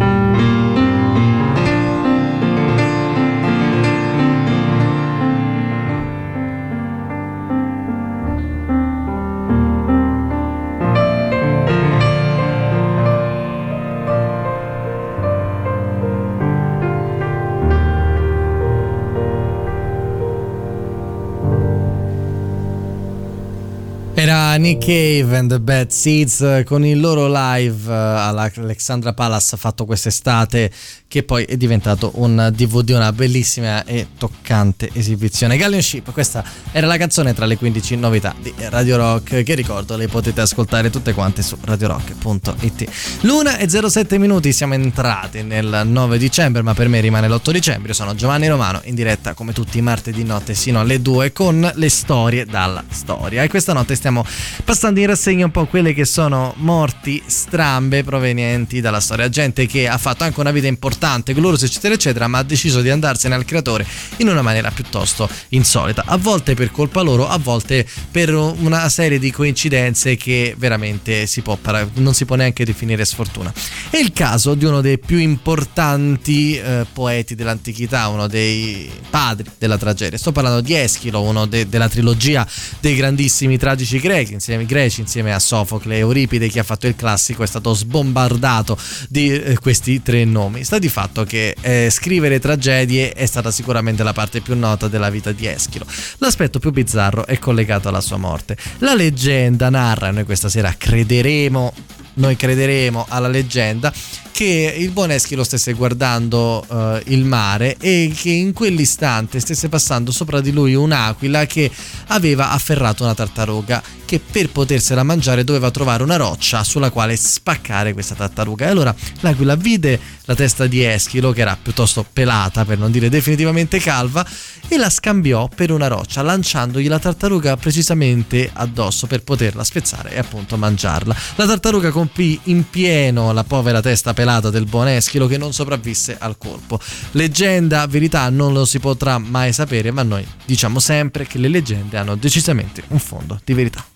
Speaker 3: Era Nick Cave and the Bad Seeds con il loro live all'Alexandra Palace fatto quest'estate, che poi è diventato un D V D, una bellissima e toccante esibizione. Galleon Ship, questa era la canzone tra le quindici novità di Radio Rock, che ricordo le potete ascoltare tutte quante su radio rock punto it. L'una e zero sette minuti, siamo entrati nel nove dicembre, ma per me rimane l'otto dicembre. Io sono Giovanni Romano, in diretta come tutti i martedì notte sino alle due con le storie dalla storia, e questa notte stiamo passando in rassegna un po' quelle che sono morti strambe provenienti dalla storia, gente che ha fatto anche una vita importante, gloriosa eccetera eccetera, ma ha deciso di andarsene al creatore in una maniera piuttosto insolita, a volte per colpa loro, a volte per una serie di coincidenze che veramente si può para- non si può neanche definire sfortuna. È il caso di uno dei più importanti eh, poeti dell'antichità, uno dei padri della tragedia. Sto parlando di Eschilo, uno de- della trilogia dei grandissimi tragici greci, insieme, greci, insieme a Sofocle e Euripide. Chi ha fatto il classico è stato sbombardato di eh, questi tre nomi. Sta di fatto che eh, scrivere tragedie è stata sicuramente la parte più nota della vita di Eschilo. L'aspetto più bizzarro è collegato alla sua morte. La leggenda narra, e noi questa sera crederemo noi crederemo alla leggenda, che il buon Eschilo stesse guardando uh, il mare e che in quell'istante stesse passando sopra di lui un'aquila che aveva afferrato una tartaruga, che per potersela mangiare doveva trovare una roccia sulla quale spaccare questa tartaruga. E allora l'aquila vide la testa di Eschilo, che era piuttosto pelata, per non dire definitivamente calva, e la scambiò per una roccia, lanciandogli la tartaruga precisamente addosso per poterla spezzare e appunto mangiarla. La tartaruga compì in pieno la povera testa pelata pelata del buon Eschilo che non sopravvisse al colpo. Leggenda, verità, non lo si potrà mai sapere, ma noi diciamo sempre che le leggende hanno decisamente un fondo di verità.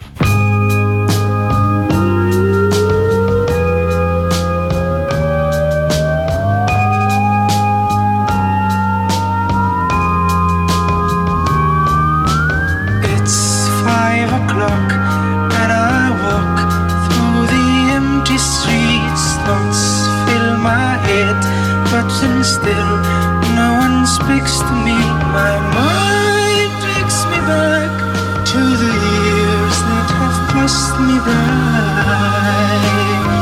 Speaker 10: Five o'clock and I walk through the empty streets. Thoughts fill my head, but then still no one speaks to me. My mind takes me back to the years that have passed me by.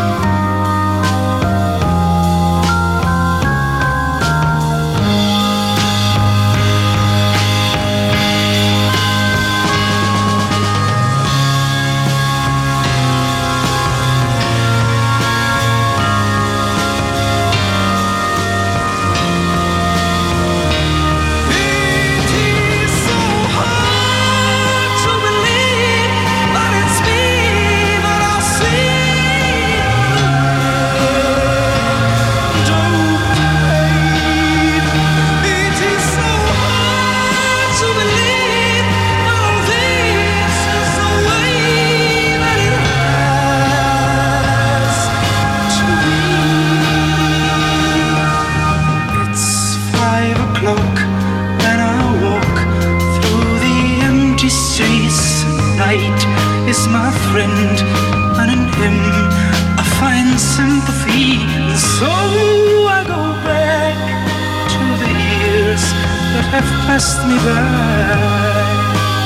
Speaker 10: Is my friend, and in him I find sympathy. And so I go back to the years that have passed me by.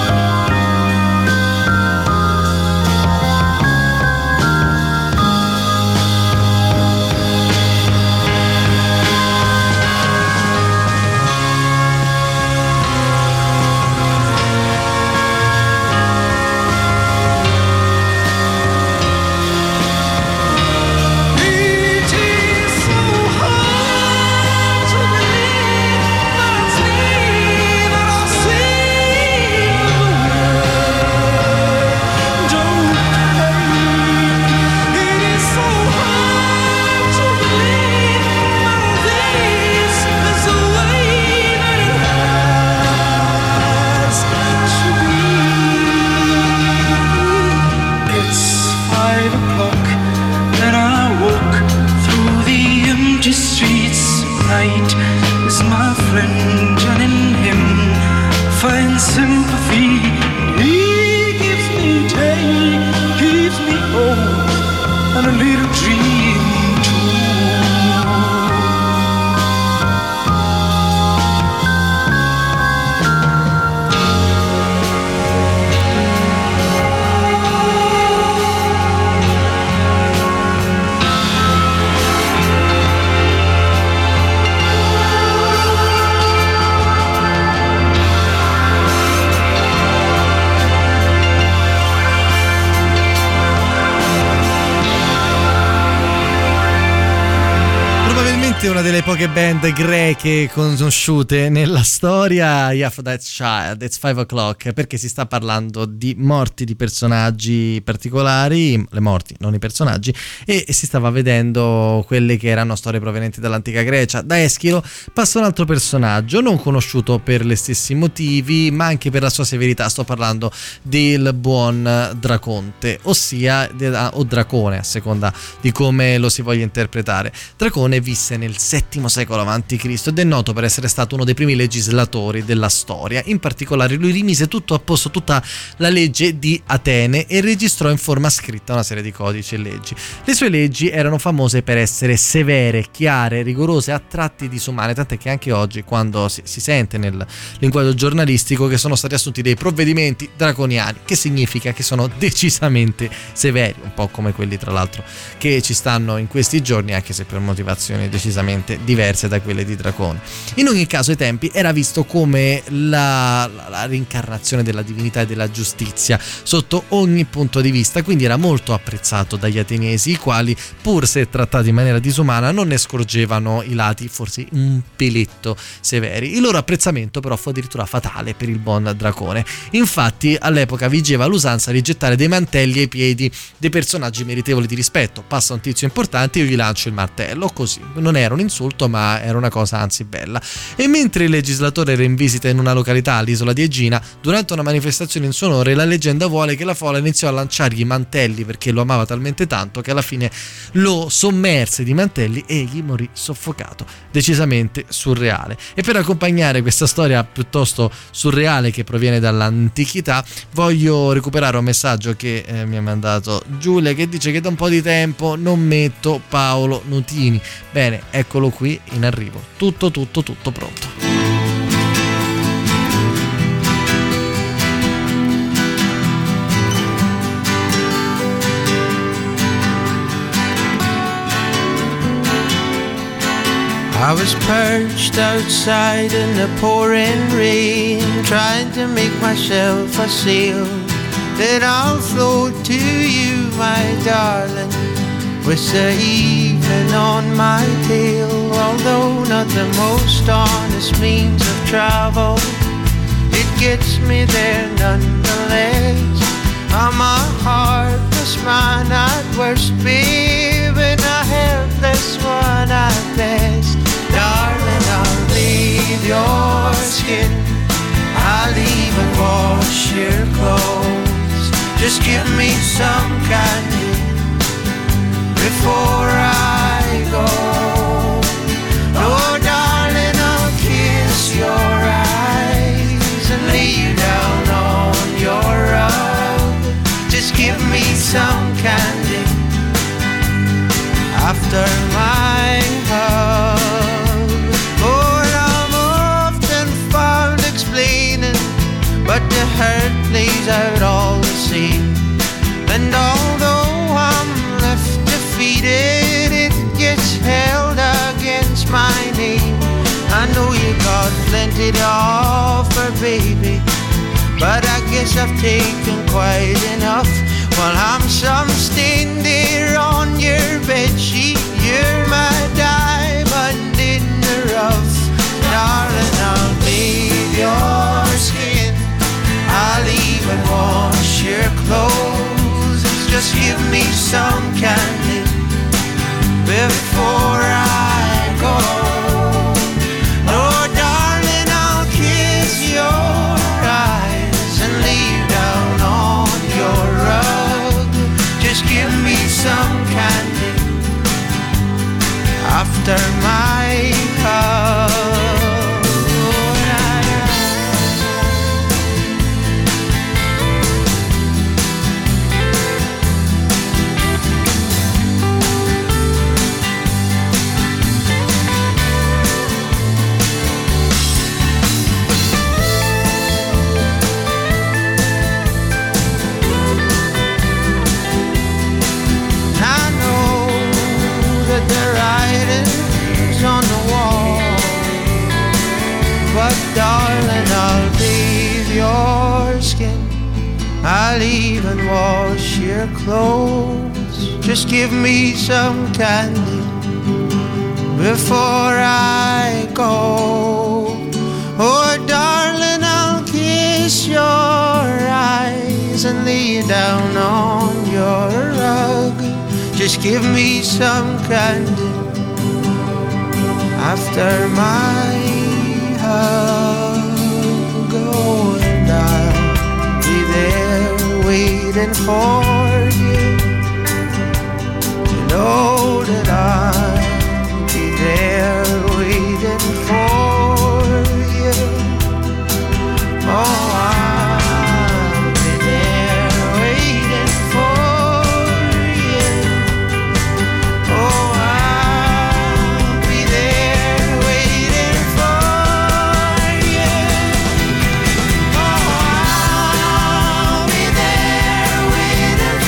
Speaker 3: Una delle poche band greche conosciute nella storia, Yeah, That's Child, It's Five O'Clock, perché si sta parlando di morti di personaggi particolari, le morti, non i personaggi, e si stava vedendo quelle che erano storie provenienti dall'antica Grecia. Da Eschilo passa un altro personaggio, non conosciuto per gli stessi motivi, ma anche per la sua severità. Sto parlando del buon Draconte, ossia, o Dracone, a seconda di come lo si voglia interpretare. Dracone visse nel settimo secolo avanti Cristo ed è noto per essere stato uno dei primi legislatori della storia. In particolare lui rimise tutto a posto, tutta la legge di Atene, e registrò in forma scritta una serie di codici e leggi. Le sue leggi erano famose per essere severe, chiare, rigorose, a tratti disumane, tant'è che anche oggi, quando si, si sente nel linguaggio giornalistico che sono stati assunti dei provvedimenti draconiani, che significa che sono decisamente severi, un po' come quelli tra l'altro che ci stanno in questi giorni, anche se per motivazioni decisamente decisamente diverse da quelle di Dracone. In ogni caso ai tempi era visto come la, la, la reincarnazione della divinità e della giustizia sotto ogni punto di vista, quindi era molto apprezzato dagli ateniesi, i quali, pur se trattati in maniera disumana, non ne scorgevano i lati forse un peletto severi. Il loro apprezzamento però fu addirittura fatale per il buon Dracone. Infatti all'epoca vigeva l'usanza di gettare dei mantelli ai piedi dei personaggi meritevoli di rispetto. Passa un tizio importante, io gli lancio il martello, così. Non era un insulto, ma era una cosa anzi bella. E mentre il legislatore era in visita in una località all'isola di Egina, durante una manifestazione in suo onore, la leggenda vuole che la folla iniziò a lanciargli i mantelli perché lo amava talmente tanto che alla fine lo sommerse di mantelli e egli morì soffocato. Decisamente surreale. E per accompagnare questa storia piuttosto surreale che proviene dall'antichità, voglio recuperare un messaggio che eh, mi ha mandato Giulia, che dice che da un po' di tempo non metto Paolo Nutini. Bene, eccolo qui in arrivo, tutto tutto tutto pronto.
Speaker 11: I was perched outside in the pouring rain, trying to make myself a sail that I'll float to you, my darling, with the evening on my tail. Although not the most honest means of travel, it gets me there nonetheless. I'm a heartless man at worst, babe, and a helpless one at best. Darling, I'll leave your skin, I'll even wash your clothes. Just give me some candy before I go. Oh, darling, I'll kiss your eyes and lay you down on your rug. Just give me some candy after my hug. But the hurt plays out all the same. And although I'm left defeated, it gets held against my name. I know you got plenty to offer, baby, but I guess I've taken quite enough. While I'm some stain there on your bedsheet, you're my diamond in the rough. Darling, I'll bathe your skin, I'll even wash your clothes. Just give me some candy before I go. Oh, darling, I'll kiss your eyes and lay you down on your rug. Just give me some candy after my hug. On the wall, but darling, I'll bathe your skin, I'll even wash your clothes. Just give me some candy before I go. Oh, darling, I'll kiss your eyes and lay you down on your rug. Just give me some candy after my hug. Oh, and I'll be there waiting for you. You know that I'll be there waiting for you. Oh, I'll be there waiting for you. Oh,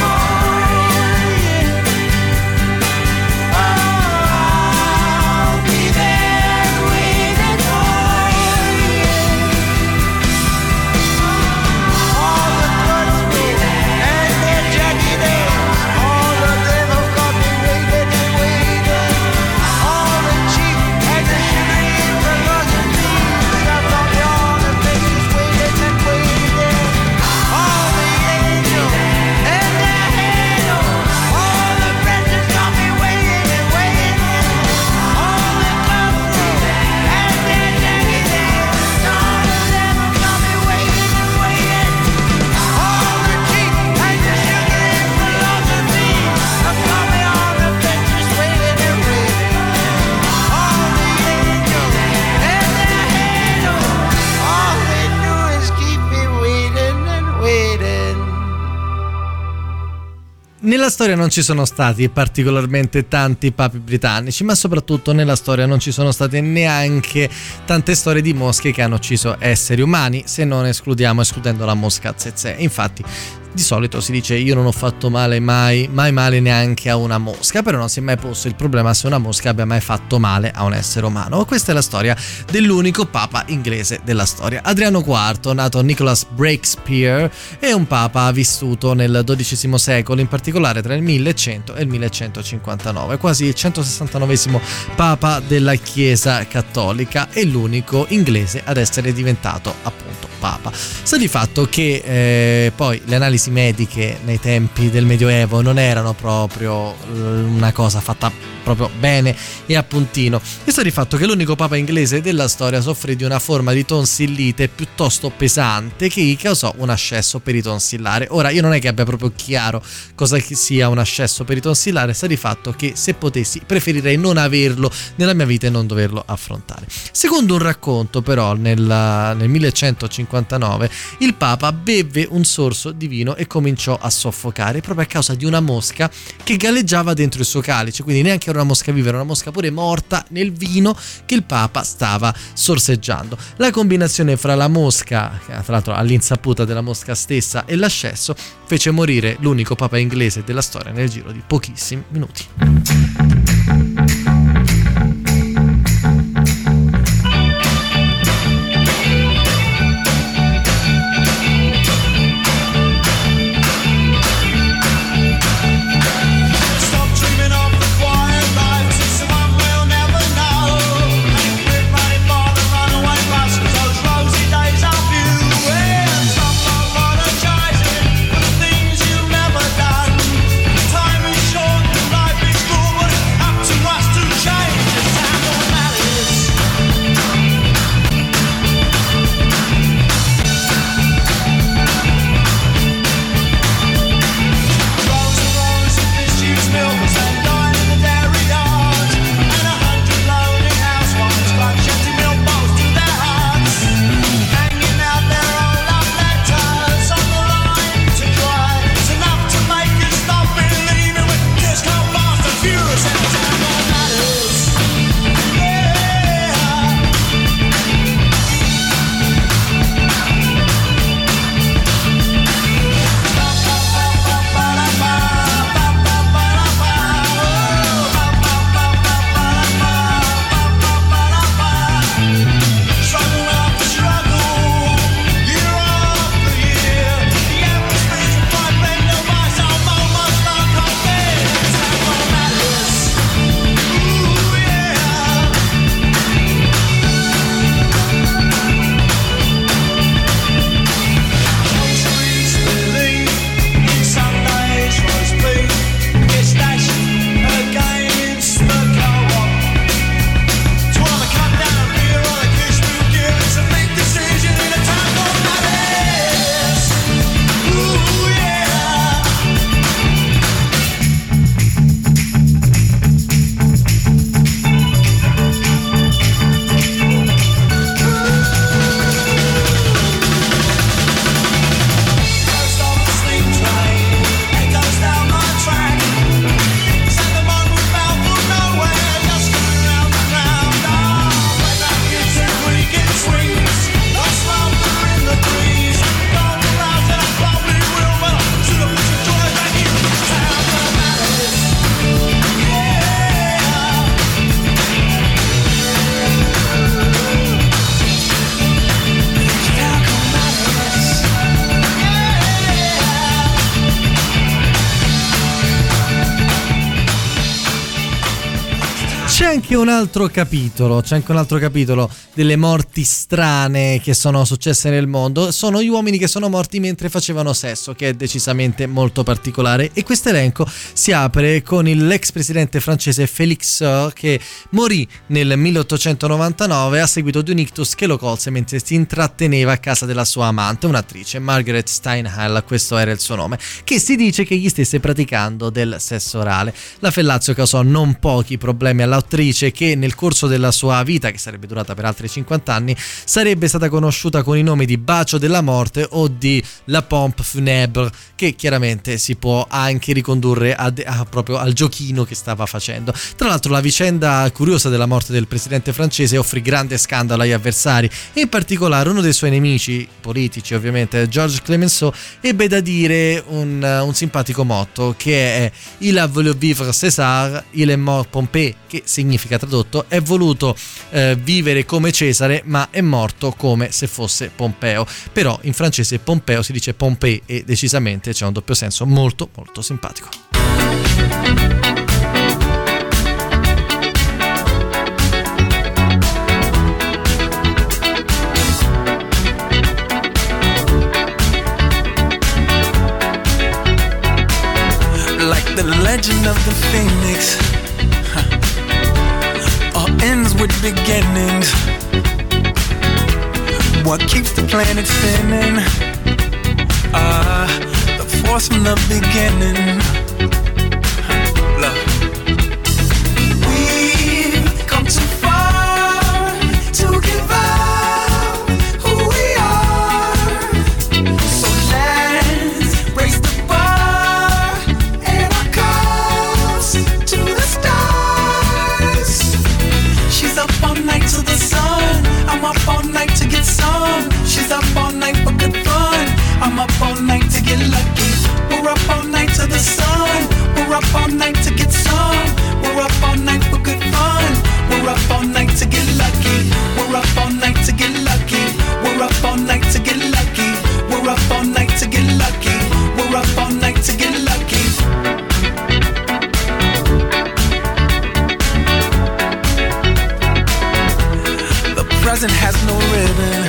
Speaker 11: I'll be
Speaker 3: Nella storia non ci sono stati particolarmente tanti papi britannici, ma soprattutto nella storia non ci sono state neanche tante storie di mosche che hanno ucciso esseri umani, se non escludiamo escludendo la mosca tsetse. Infatti di solito si dice io non ho fatto male mai, mai male neanche a una mosca, però non si è mai posto il problema se una mosca abbia mai fatto male a un essere umano. Questa è la storia dell'unico papa inglese della storia. Adriano quarto, nato Nicholas Breakspear, è un papa vissuto nel dodicesimo secolo, in particolare tra il millecento e il millecentocinquantanove, quasi il centosessantanovesimo papa della Chiesa cattolica e l'unico inglese ad essere diventato appunto papa. Sta di fatto che eh, poi le analisi mediche nei tempi del Medioevo non erano proprio una cosa fatta proprio bene e a puntino, e sta di fatto che l'unico papa inglese della storia soffrì di una forma di tonsillite piuttosto pesante che gli causò un ascesso peritonsillare. Ora io non è che abbia proprio chiaro cosa sia un ascesso peritonsillare, sta di fatto che se potessi preferirei non averlo nella mia vita e non doverlo affrontare. Secondo un racconto però nel, nel millecentocinquantanove il papa bevve un sorso di vino e cominciò a soffocare proprio a causa di una mosca che galleggiava dentro il suo calice, quindi neanche era una mosca viva, era una mosca pure morta nel vino che il papa stava sorseggiando. La combinazione fra la mosca, tra l'altro all'insaputa della mosca stessa, e l'ascesso fece morire l'unico papa inglese della storia nel giro di pochissimi minuti. C'è anche un altro capitolo, c'è anche un altro capitolo delle morti strane che sono successe nel mondo. Sono gli uomini che sono morti mentre facevano sesso, che è decisamente molto particolare, e questo elenco si apre con l'ex presidente francese Félix, che morì nel milleottocentonovantanove a seguito di un ictus che lo colse mentre si intratteneva a casa della sua amante, un'attrice, Margaret Steinheil, questo era il suo nome, che si dice che gli stesse praticando del sesso orale. La fellazio causò non pochi problemi all'autorità un'attrice che nel corso della sua vita, che sarebbe durata per altri cinquanta anni, sarebbe stata conosciuta con i nomi di Bacio della Morte o di La Pompe Funèbre, che chiaramente si può anche ricondurre a, a, proprio al giochino che stava facendo. Tra l'altro la vicenda curiosa della morte del presidente francese offrì grande scandalo agli avversari, e in particolare uno dei suoi nemici politici, ovviamente Georges Clemenceau, ebbe da dire un, un simpatico motto che è Il a voulu vivre César, il est mort Pompée, che significa, tradotto, è voluto eh, vivere come Cesare ma è morto come se fosse Pompeo. Però in francese Pompeo si dice Pompée e decisamente c'è un doppio senso molto molto simpatico.
Speaker 7: Like the legend of the phoenix, huh. All ends with beginnings. What keeps the planet spinning? Ah, uh, the force from the beginning. Huh. Love. We've come too far to give up who we are. So let's raise the bar and our cups to the stars. She's up all night to the sun. I'm up all night to get some. She's up all night for good fun. I'm up all night to get lucky. We're up all night to the sun. We're up all night to get some. We're up all night for good fun. We're up all night to get lucky. We're up all night to get lucky. We're up all night to get lucky. We're up all night to get lucky. We're up all night to get lucky. The present has no ribbon.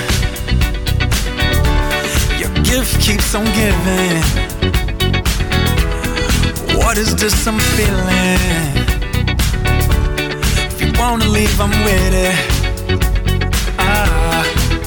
Speaker 7: Gift keeps on giving. What is this I'm feeling? If you wanna leave, I'm with it. Ah,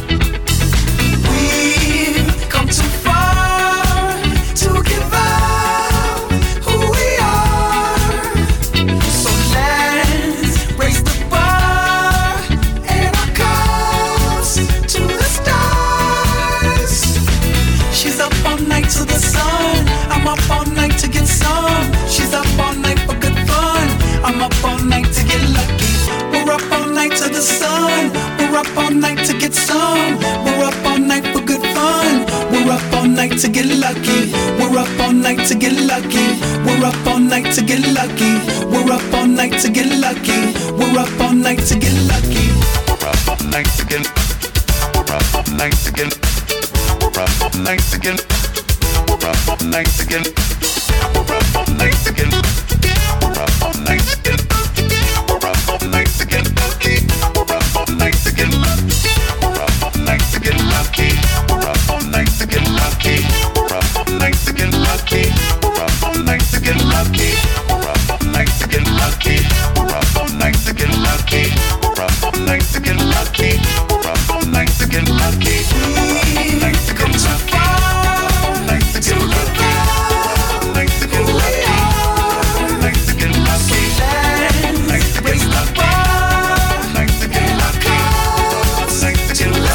Speaker 7: we've come too far to give up who we are. So let's raise the bar and our cups to the stars. She's up all night to the sun. I'm up all night to get some. She's up all night for good fun. I'm up all night to get lucky. We're up all night to the sun. We're up all night to get some. We're up all night for good fun. We're up all night to get lucky. We're up all night to get lucky. We're up all night to get lucky. We're up all night to get lucky. We're up all night to get lucky. We're up all night to get. We're up all night to get. We're up all night again. We're up all night again. We're up all night again. We're up all night again. We're up all night again. We're up all night again. We're up all night again. Lucky. We're up all night again. Lucky. We're up all night again. Lucky. We're up all night again. Lucky. We're up all night again. Lucky. We're up all night again. Lucky. We're up all night again. Lucky. We're up all night again. Lucky. Come too far to give up who we are. So let's raise the bar and our cups to the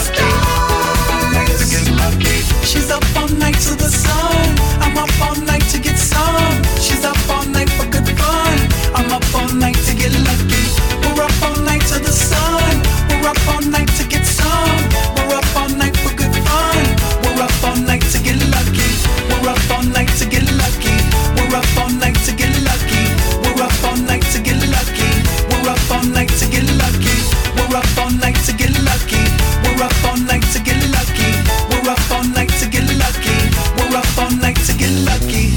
Speaker 7: stars. She's up all night to the sun. I'm up all night to get some. She's up all night for good fun. I'm up all night to get lucky. We're up all night to the sun. We're up all night to get some. We're up all night for good fun. We're up all night to get lucky. We're up all night to get lucky. We're up all night to get lucky. We're up all night to get lucky. We're up all night to get lucky. We're up all night to get lucky. We're up all night to get lucky. We're up all night to get lucky. We're up all night to get lucky.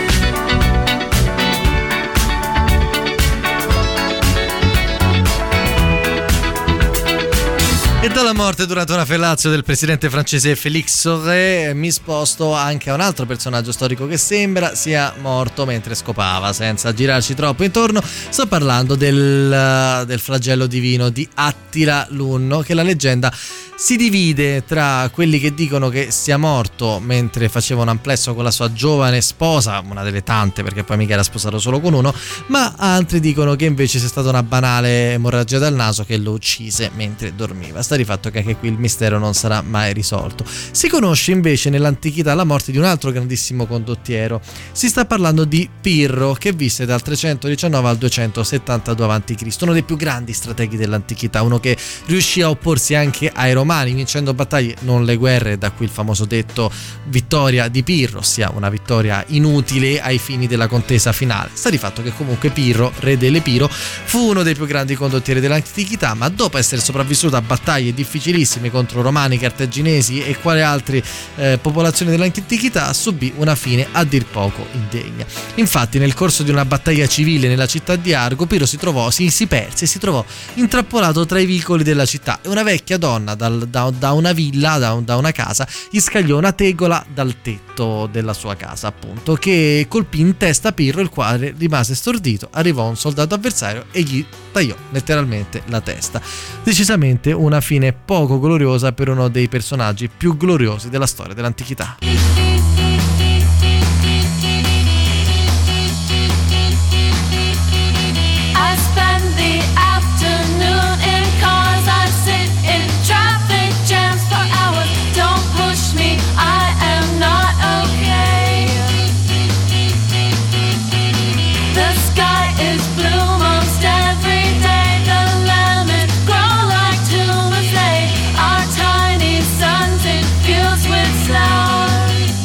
Speaker 3: E dalla morte durante una fellazio del presidente francese Félix Sauret mi sposto anche a un altro personaggio storico che sembra sia morto mentre scopava, senza girarci troppo intorno. Sto parlando del, del flagello divino di Attila l'Unno, che la leggenda si divide tra quelli che dicono che sia morto mentre faceva un amplesso con la sua giovane sposa, una delle tante perché poi mica era sposato solo con uno, ma altri dicono che invece sia stata una banale emorragia dal naso che lo uccise mentre dormiva. Sta di fatto che anche qui il mistero non sarà mai risolto. Si conosce invece nell'antichità la morte di un altro grandissimo condottiero. Si sta parlando di Pirro, che visse dal trecentodiciannove al duecentosettantadue avanti Cristo, uno dei più grandi strateghi dell'antichità, uno che riuscì a opporsi anche ai Romani vincendo battaglie, non le guerre, da qui il famoso detto vittoria di Pirro, ossia una vittoria inutile ai fini della contesa finale. Sta di fatto che comunque Pirro, re dell'Epiro, fu uno dei più grandi condottieri dell'antichità, ma dopo essere sopravvissuto a battaglie difficilissime contro romani, cartaginesi e quale altre eh, popolazioni dell'antichità, subì una fine a dir poco indegna. Infatti nel corso di una battaglia civile nella città di Argo, Pirro si trovò, si, si perse e si trovò intrappolato tra i vicoli della città, e una vecchia donna dal Da, da una villa, da, da una casa, gli scagliò una tegola dal tetto della sua casa, appunto, che colpì in testa Pirro, il quale rimase stordito. Arrivò un soldato avversario e gli tagliò letteralmente la testa. Decisamente una fine poco gloriosa per uno dei personaggi più gloriosi della storia dell'antichità.
Speaker 12: Our tiny suns infused with sound.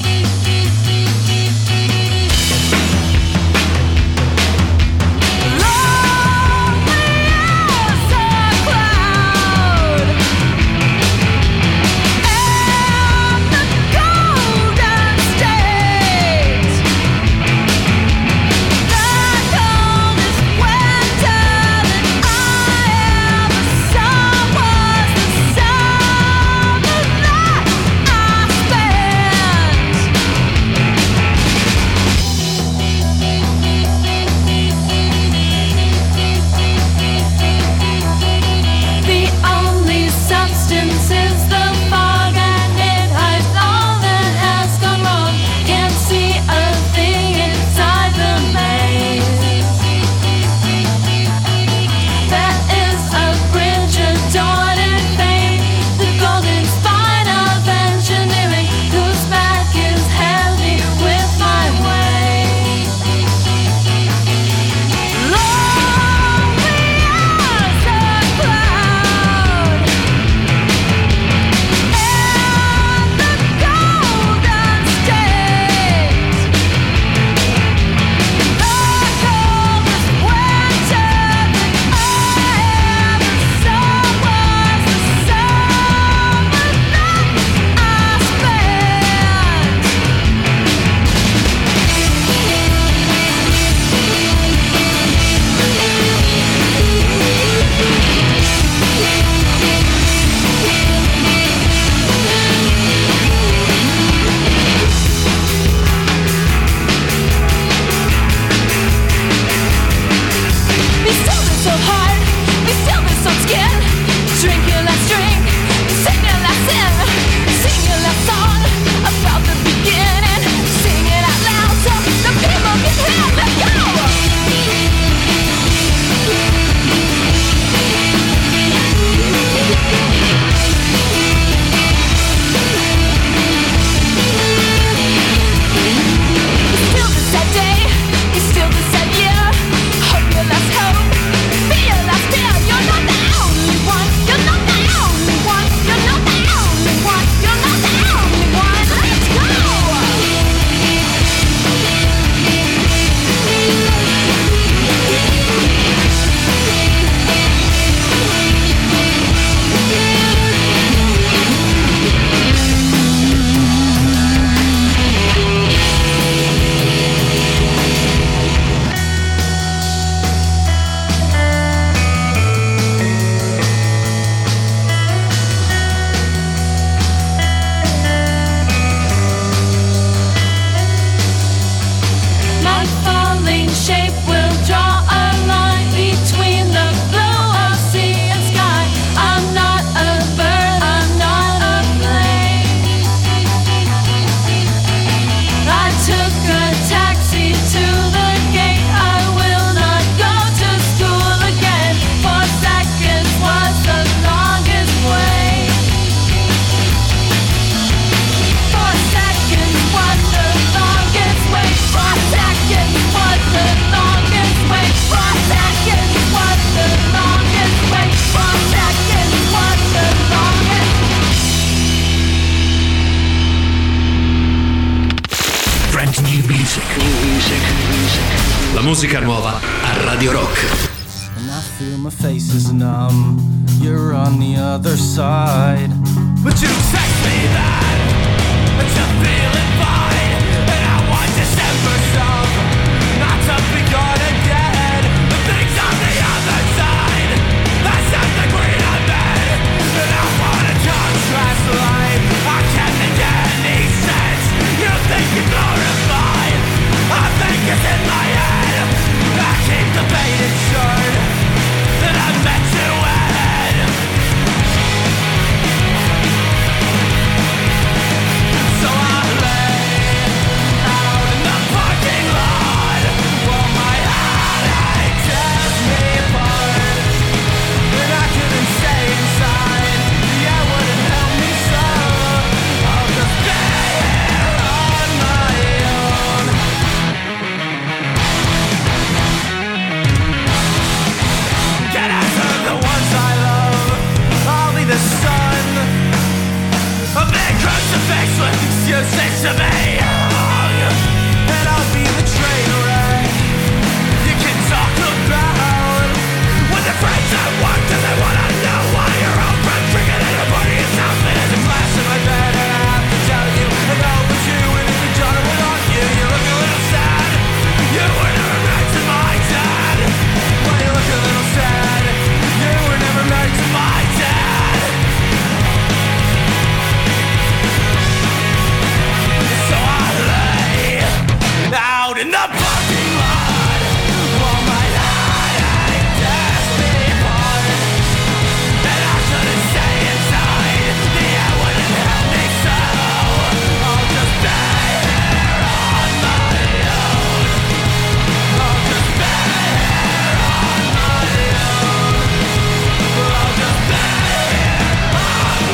Speaker 5: La musica nuova a Radio Rock.
Speaker 10: And I feel my face is numb. You're on the other side. But you text me that that you're feeling fine. And I want December song not to be gone again. The things on the other side, that's not the green on bed. And I wanna contrast life. I can't make any sense. You think you're glorified, I think it's in my head. I keep debating short that I met you at. So I lay out in the parking lot while my heartache tears me apart. And I couldn't stay inside, yeah, it wouldn't help me so. I'll just be here on my own. Get after the ones I love, I'll be the sun. A big crucifix with excuses to be hung. And I'll be the train wreck you can talk about. When the friends at work doesn't wanna know why your old friend drinking at a party is out. There's a glass in my bed and I have to tell you I know it was you and if it's John without you, you look a little sad. You were never married to my dad. Well, you look a little sad. You were never married to my dad. So I lay out in the parking lot while my heartache tears me apart. And I couldn't stay inside, the air wouldn't help me so. I'll just be here on my own. I'll just be here on my own. I'll just be here on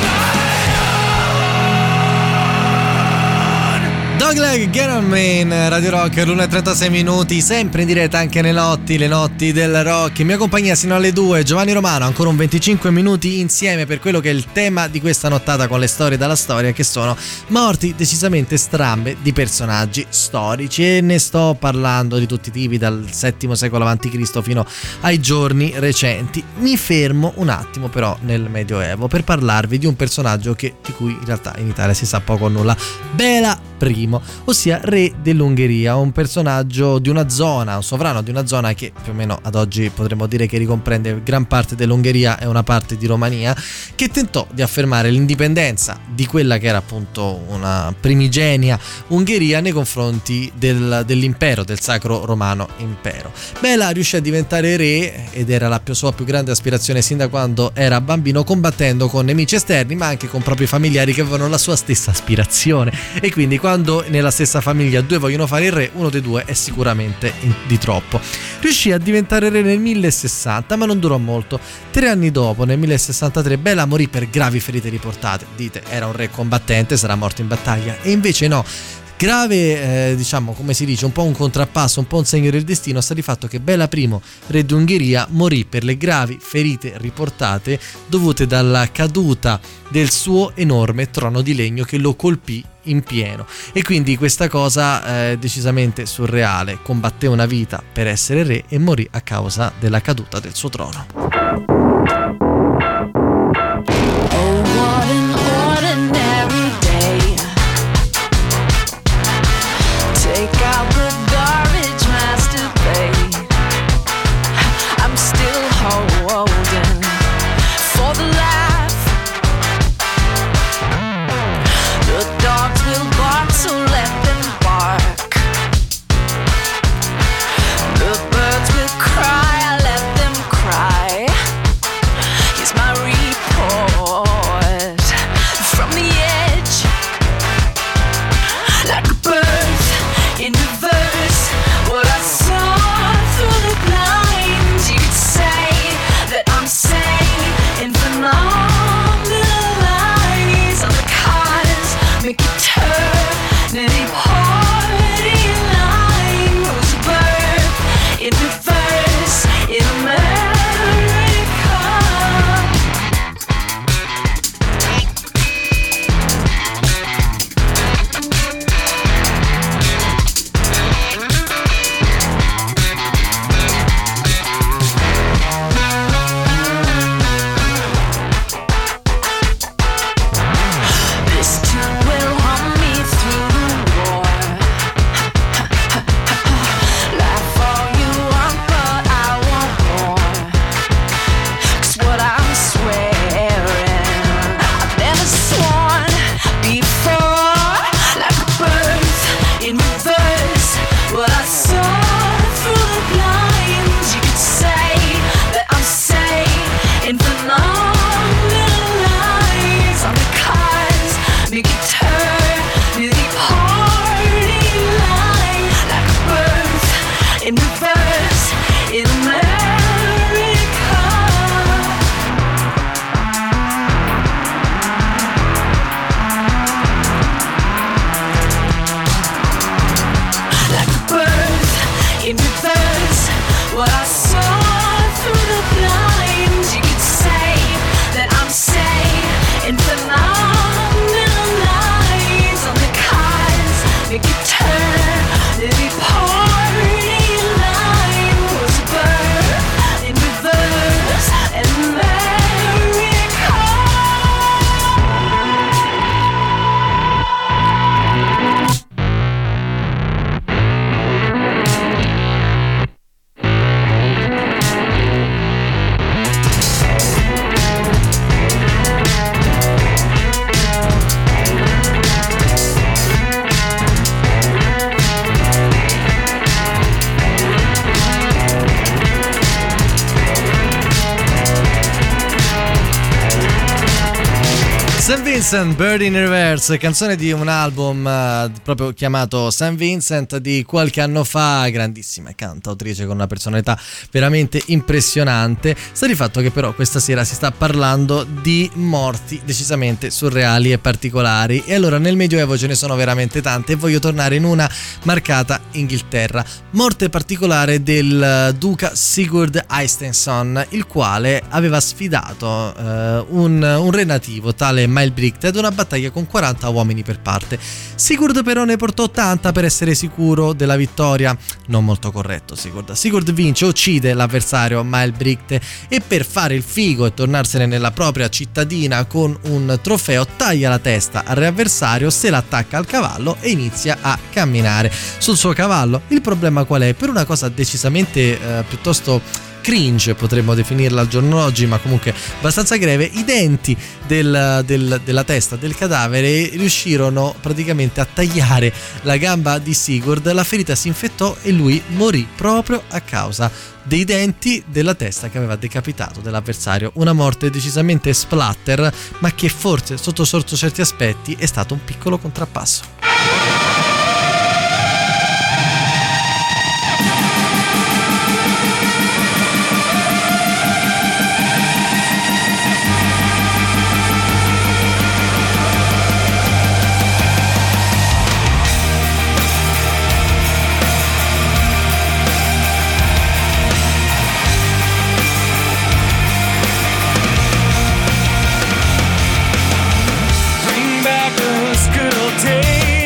Speaker 10: my own.
Speaker 3: Dogleg, Get On Man, Radio Rock, l'una e trentasei minuti, sempre in diretta anche le notti, le notti del rock. In mia compagnia sino alle due, Giovanni Romano, ancora un venticinque minuti insieme per quello che è il tema di questa nottata con le storie dalla storia, che sono morti decisamente strambe di personaggi storici, e ne sto parlando di tutti i tipi, dal settimo secolo avanti Cristo fino ai giorni recenti. Mi fermo un attimo però nel Medioevo per parlarvi di un personaggio che, di cui in realtà in Italia si sa poco o nulla: Bela I, ossia re dell'Ungheria, un personaggio di una zona, un sovrano di una zona che più o meno ad oggi potremmo dire che ricomprende gran parte dell'Ungheria e una parte di Romania, che tentò di affermare l'indipendenza di quella che era appunto una primigenia Ungheria nei confronti del, dell'impero, del Sacro Romano Impero. Bela riuscì a diventare re, ed era la più, sua più grande aspirazione sin da quando era bambino, combattendo con nemici esterni ma anche con propri familiari che avevano la sua stessa aspirazione. E quindi quando nella stessa famiglia due vogliono fare il re, uno dei due è sicuramente in, di troppo. Riuscì a diventare re nel millesessanta, ma non durò molto. Tre anni dopo, nel millesessantatré, Bela morì per gravi ferite riportate. Dite, era un re combattente, sarà morto in battaglia, e invece no. Grave, eh, diciamo, come si dice, un po' un contrappasso, un po' un segno del destino, sta di fatto che Bela I, re d'Ungheria, morì per le gravi ferite riportate dovute dalla caduta del suo enorme trono di legno che lo colpì in pieno. E quindi questa cosa è decisamente surreale. Combatté una vita per essere re e morì a causa della caduta del suo trono.
Speaker 12: Cry, I let them cry.
Speaker 3: Saint Vincent, Bird in Reverse, canzone di un album uh, proprio chiamato Saint Vincent di qualche anno fa, grandissima cantautrice con una personalità veramente impressionante. Sta di fatto che però questa sera si sta parlando di morti decisamente surreali e particolari, e allora nel Medioevo ce ne sono veramente tante e voglio tornare in una marcata Inghilterra. Morte particolare del duca Sigurd Eysteinsson, il quale aveva sfidato uh, un, un re nativo tale Maelbrigte ad una battaglia con quaranta uomini per parte. Sigurd però ne portò ottanta per essere sicuro della vittoria. Non molto corretto Sigurd. Sigurd vince, uccide l'avversario Maelbrigte e per fare il figo e tornarsene nella propria cittadina con un trofeo taglia la testa al re avversario, se l'attacca al cavallo e inizia a camminare sul suo cavallo. Il problema qual è? Per una cosa decisamente eh, piuttosto cringe, potremmo definirla al giorno d'oggi, ma comunque abbastanza greve, i denti del, del, della testa del cadavere riuscirono praticamente a tagliare la gamba di Sigurd, la ferita si infettò e lui morì proprio a causa dei denti della testa che aveva decapitato dell'avversario. Una morte decisamente splatter, ma che forse sotto, sotto certi aspetti è stato un piccolo contrappasso.
Speaker 7: Bring back those good old days.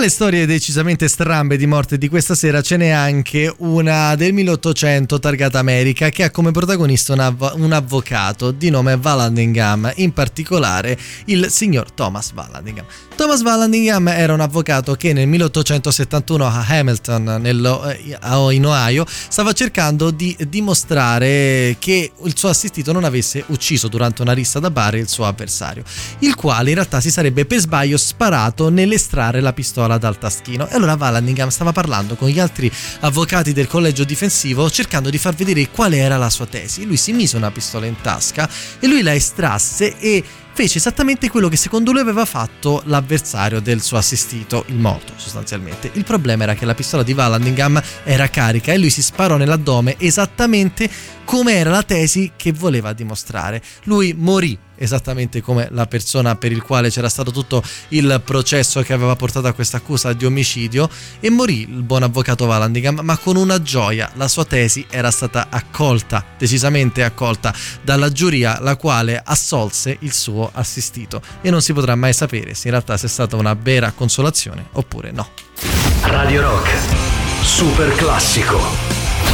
Speaker 3: le storie decisamente strambe di morte di questa sera ce n'è anche una del milleottocento targata America che ha come protagonista un, av- un avvocato di nome Vallandigham, in particolare il signor Thomas Vallandigham. Thomas Vallandigham era un avvocato che nel milleottocentosettantuno a Hamilton, nello, in Ohio, stava cercando di dimostrare che il suo assistito non avesse ucciso durante una rissa da bar il suo avversario, il quale in realtà si sarebbe per sbaglio sparato nell'estrarre la pistola dal taschino. E allora Vallandigham stava parlando con gli altri avvocati del collegio difensivo cercando di far vedere quale era la sua tesi. Lui si mise una pistola in tasca e lui la estrasse e fece esattamente quello che secondo lui aveva fatto l'avversario del suo assistito, il morto sostanzialmente. Il problema era che la pistola di Vallandigham era carica e lui si sparò nell'addome esattamente come era la tesi che voleva dimostrare. Lui morì esattamente come la persona per il quale c'era stato tutto il processo che aveva portato a questa accusa di omicidio, e morì il buon avvocato Vallandigham, ma con una gioia: la sua tesi era stata accolta, decisamente accolta dalla giuria, la quale assolse il suo assistito, e non si potrà mai sapere se in realtà sia stata una vera consolazione oppure no.
Speaker 5: Radio Rock, super classico.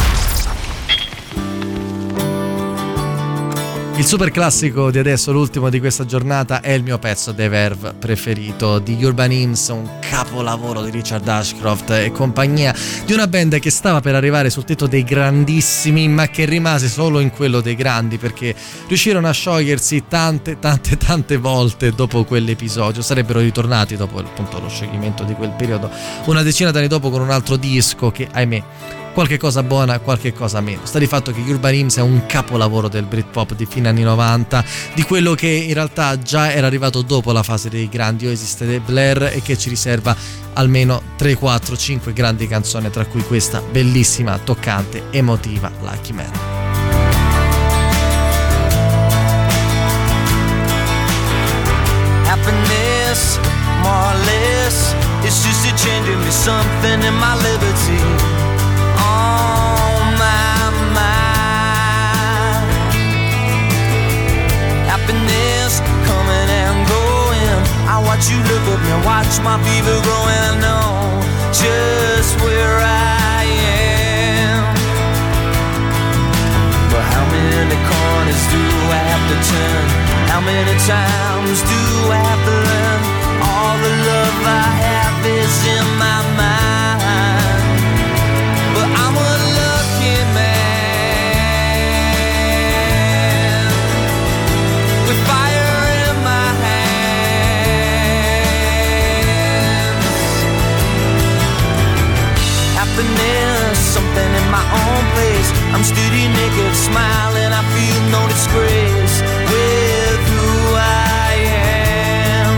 Speaker 3: Il super classico di adesso, l'ultimo di questa giornata, è il mio pezzo The Verve preferito, di Urban Hymns, un capolavoro di Richard Ashcroft e compagnia, di una band che stava per arrivare sul tetto dei grandissimi, ma che rimase solo in quello dei grandi, perché riuscirono a sciogliersi tante tante tante volte dopo quell'episodio. Sarebbero ritornati dopo appunto lo scioglimento di quel periodo una decina d'anni dopo con un altro disco che, ahimè, qualche cosa buona, qualche cosa meno. Sta di fatto che Urban Hymns è un capolavoro del Britpop di fine anni novanta, di quello che in realtà già era arrivato dopo la fase dei grandi Oasis e dei Blair, e che ci riserva almeno tre, quattro, cinque grandi canzoni, tra cui questa bellissima, toccante, emotiva Lucky Man.
Speaker 7: Happiness, more or less, it's just a change in me, something in my liberty. Happiness coming and going. I watch you look at me, watch my fever growing. I know just where I am, but how many corners do I have to turn? How many times do I have to learn? All the love I have is in my mind, but I'm a lucky man. Fire in my hands. Happiness, something in my own place. I'm steady naked, smiling, I feel no disgrace with who I am.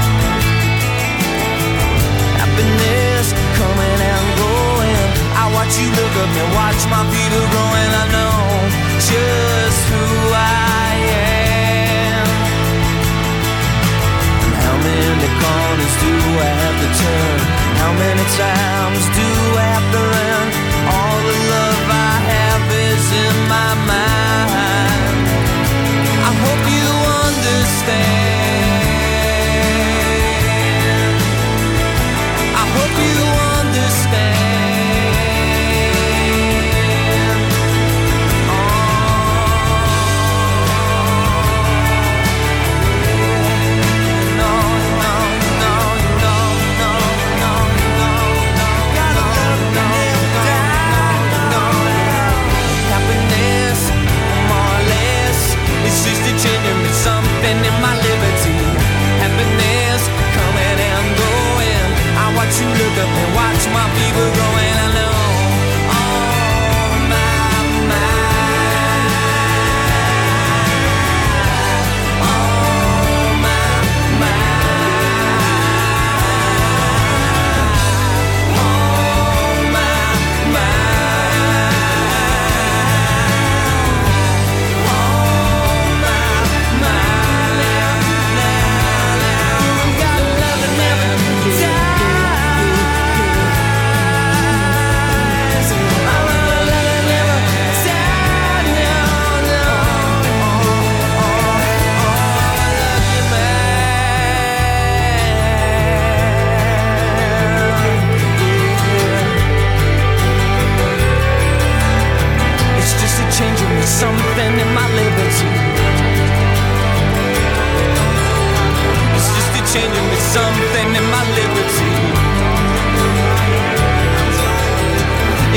Speaker 7: Happiness, coming and going. I watch you look at me, watch my fever growing. I know just who I am. How many corners do I have to turn? How many times do I have to learn? All the love I have is in my mind. I hope you understand. I hope you understand. No,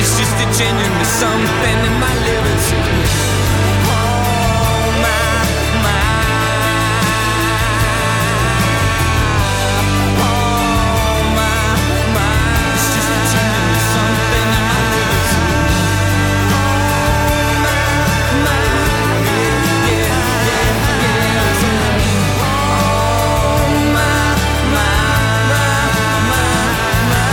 Speaker 4: It's just a genuine something in my liberty. Oh my, my. Oh my, my. It's just a genuine something in my liberty. Oh my, my. Yeah, yeah, yeah, yeah. Oh my, my, my, my, my.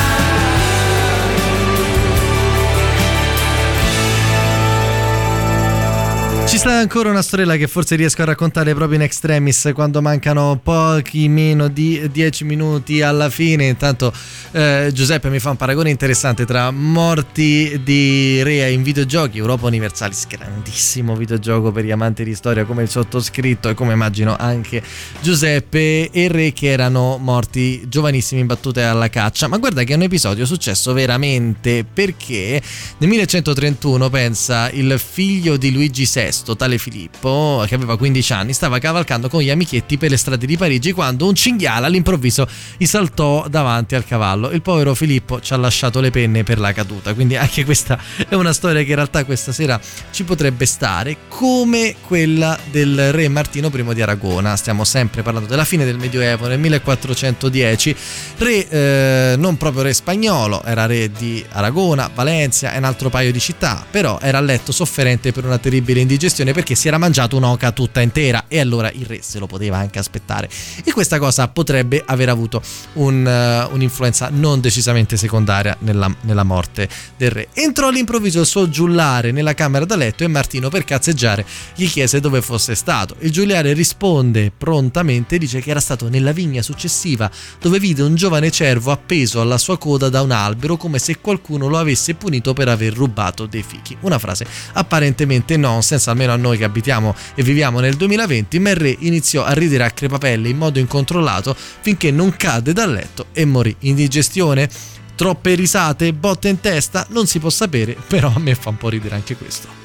Speaker 3: Ci sta ancora una storiella che forse riesco a raccontare proprio in extremis quando mancano pochi meno di dieci minuti alla fine. Intanto eh, Giuseppe mi fa un paragone interessante tra Morti di Rea in videogiochi, Europa Universalis, grandissimo videogioco per gli amanti di storia come il sottoscritto e come immagino anche Giuseppe, e Re che erano morti giovanissimi in battute alla caccia. Ma guarda che è un episodio successo veramente, perché nel millecentotrentuno, pensa, il figlio di Luigi sesto, tale Filippo, che aveva quindici anni, stava cavalcando con gli amichetti per le strade di Parigi quando un cinghiale all'improvviso gli saltò davanti al cavallo. Il povero Filippo ci ha lasciato le penne per la caduta, quindi anche questa è una storia che in realtà questa sera ci potrebbe stare, come quella del re Martino I di Aragona. Stiamo sempre parlando della fine del Medioevo, nel millequattrocentodieci, re eh, non proprio re spagnolo, era re di Aragona, Valencia e un altro paio di città, però era a letto sofferente per una terribile indigestione perché si era mangiato un'oca tutta intera, e allora il re se lo poteva anche aspettare, e questa cosa potrebbe aver avuto un, uh, un'influenza non decisamente secondaria nella, nella morte del re. Entrò all'improvviso il suo giullare nella camera da letto e Martino, per cazzeggiare, gli chiese dove fosse stato. Il giullare risponde prontamente, dice che era stato nella vigna successiva, dove vide un giovane cervo appeso alla sua coda da un albero, come se qualcuno lo avesse punito per aver rubato dei fichi. Una frase apparentemente nonsense, almeno a noi che abitiamo e viviamo nel duemilaventi, ma il re iniziò a ridere a crepapelle in modo incontrollato finché non cadde dal letto e morì. Indigestione? Troppe risate? Botte in testa? Non si può sapere, però a me fa un po' ridere anche questo.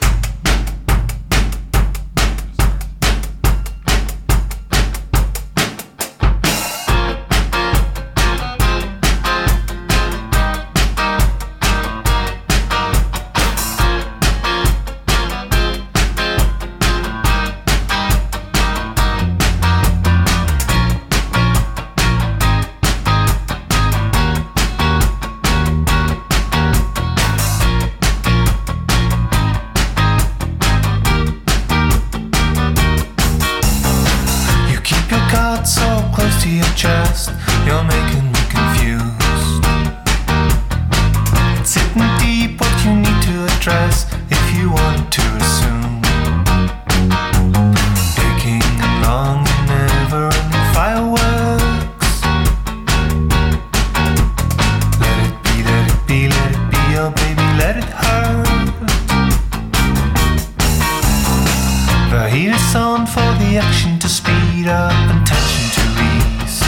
Speaker 10: Chest, you're making me confused. It's hitting deep what you need to address if you want to assume. Taking along never-ending fireworks. Let it be, let it be, let it be, oh baby, let it hurt. The heat is on for the action to speed up and tension to ease.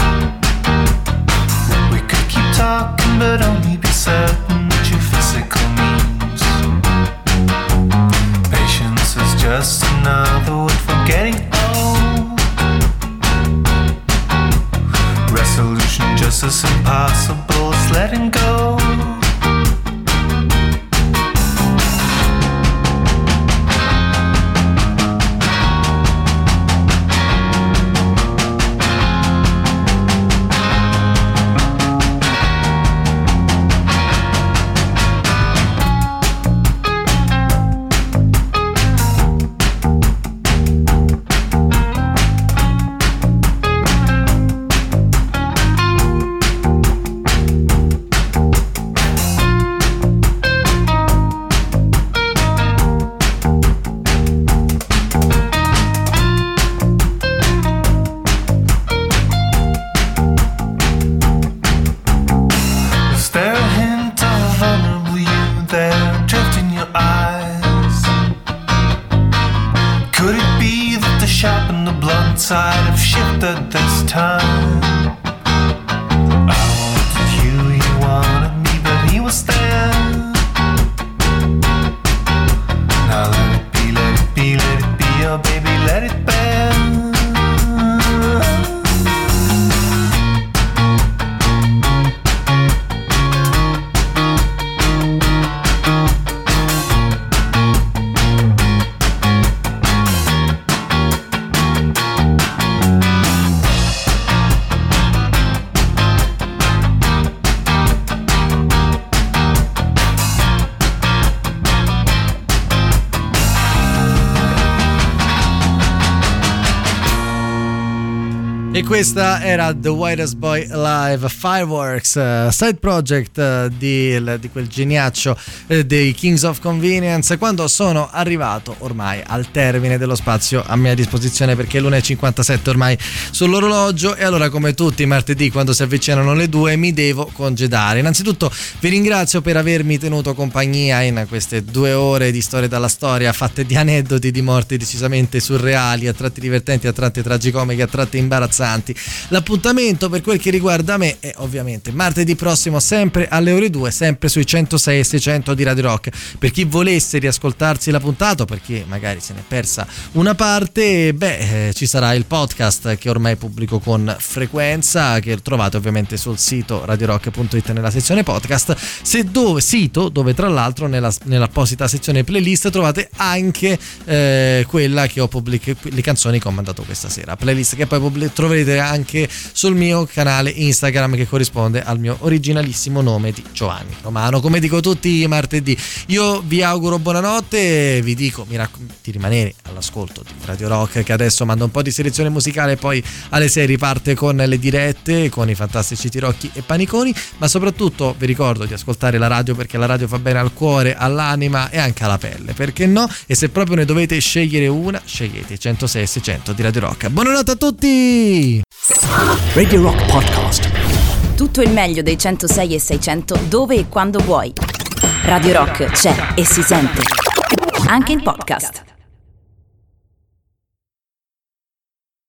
Speaker 10: We could keep talking, but only be certain that your physical means. Patience is just another word for getting old. Resolution just as impossible as letting go. Side have shifted this time. I wanted you, you wanted me, but he was there. Now let it be, let it be, let it be, oh baby, let it bear.
Speaker 3: E questa era The Whitest Boy Alive, Fireworks, uh, side project uh, di, di quel geniaccio uh, dei Kings of Convenience, quando sono arrivato ormai al termine dello spazio a mia disposizione, perché è l'una e cinquantasette ormai sull'orologio, e allora, come tutti i martedì quando si avvicinano le due, mi devo congedare. Innanzitutto vi ringrazio per avermi tenuto compagnia in queste due ore di storie dalla storia, fatte di aneddoti di morti decisamente surreali, a tratti divertenti, a tratti tragicomiche, a tratti imbarazzanti. L'appuntamento per quel che riguarda me è ovviamente martedì prossimo, sempre alle ore due, sempre sui centosei e seicento di Radio Rock. Per chi volesse riascoltarsi la puntata, perché magari se ne è persa una parte, beh, eh, ci sarà il podcast che ormai pubblico con frequenza, che trovate ovviamente sul sito radio rock punto it nella sezione podcast, se dove, sito dove tra l'altro nella, nell'apposita sezione playlist trovate anche eh, quella che ho pubblicato, le canzoni che ho mandato questa sera, playlist che poi pubblic- troverete anche sul mio canale Instagram, che corrisponde al mio originalissimo nome di Giovanni Romano, come dico tutti i martedì. Io vi auguro buonanotte, vi dico mi raccom- di rimanere all'ascolto di Radio Rock, che adesso manda un po' di selezione musicale, poi alle sei riparte con le dirette con i fantastici Tirocchi e Paniconi, ma soprattutto vi ricordo di ascoltare la radio, perché la radio fa bene al cuore, all'anima e anche alla pelle, perché no? E se proprio ne dovete scegliere una, scegliete i centosei e seicento di Radio Rock. Buonanotte a tutti!
Speaker 5: Radio Rock Podcast.
Speaker 2: Tutto il meglio dei centosei e seicento dove e quando vuoi. Radio Rock c'è e si sente. Anche in podcast.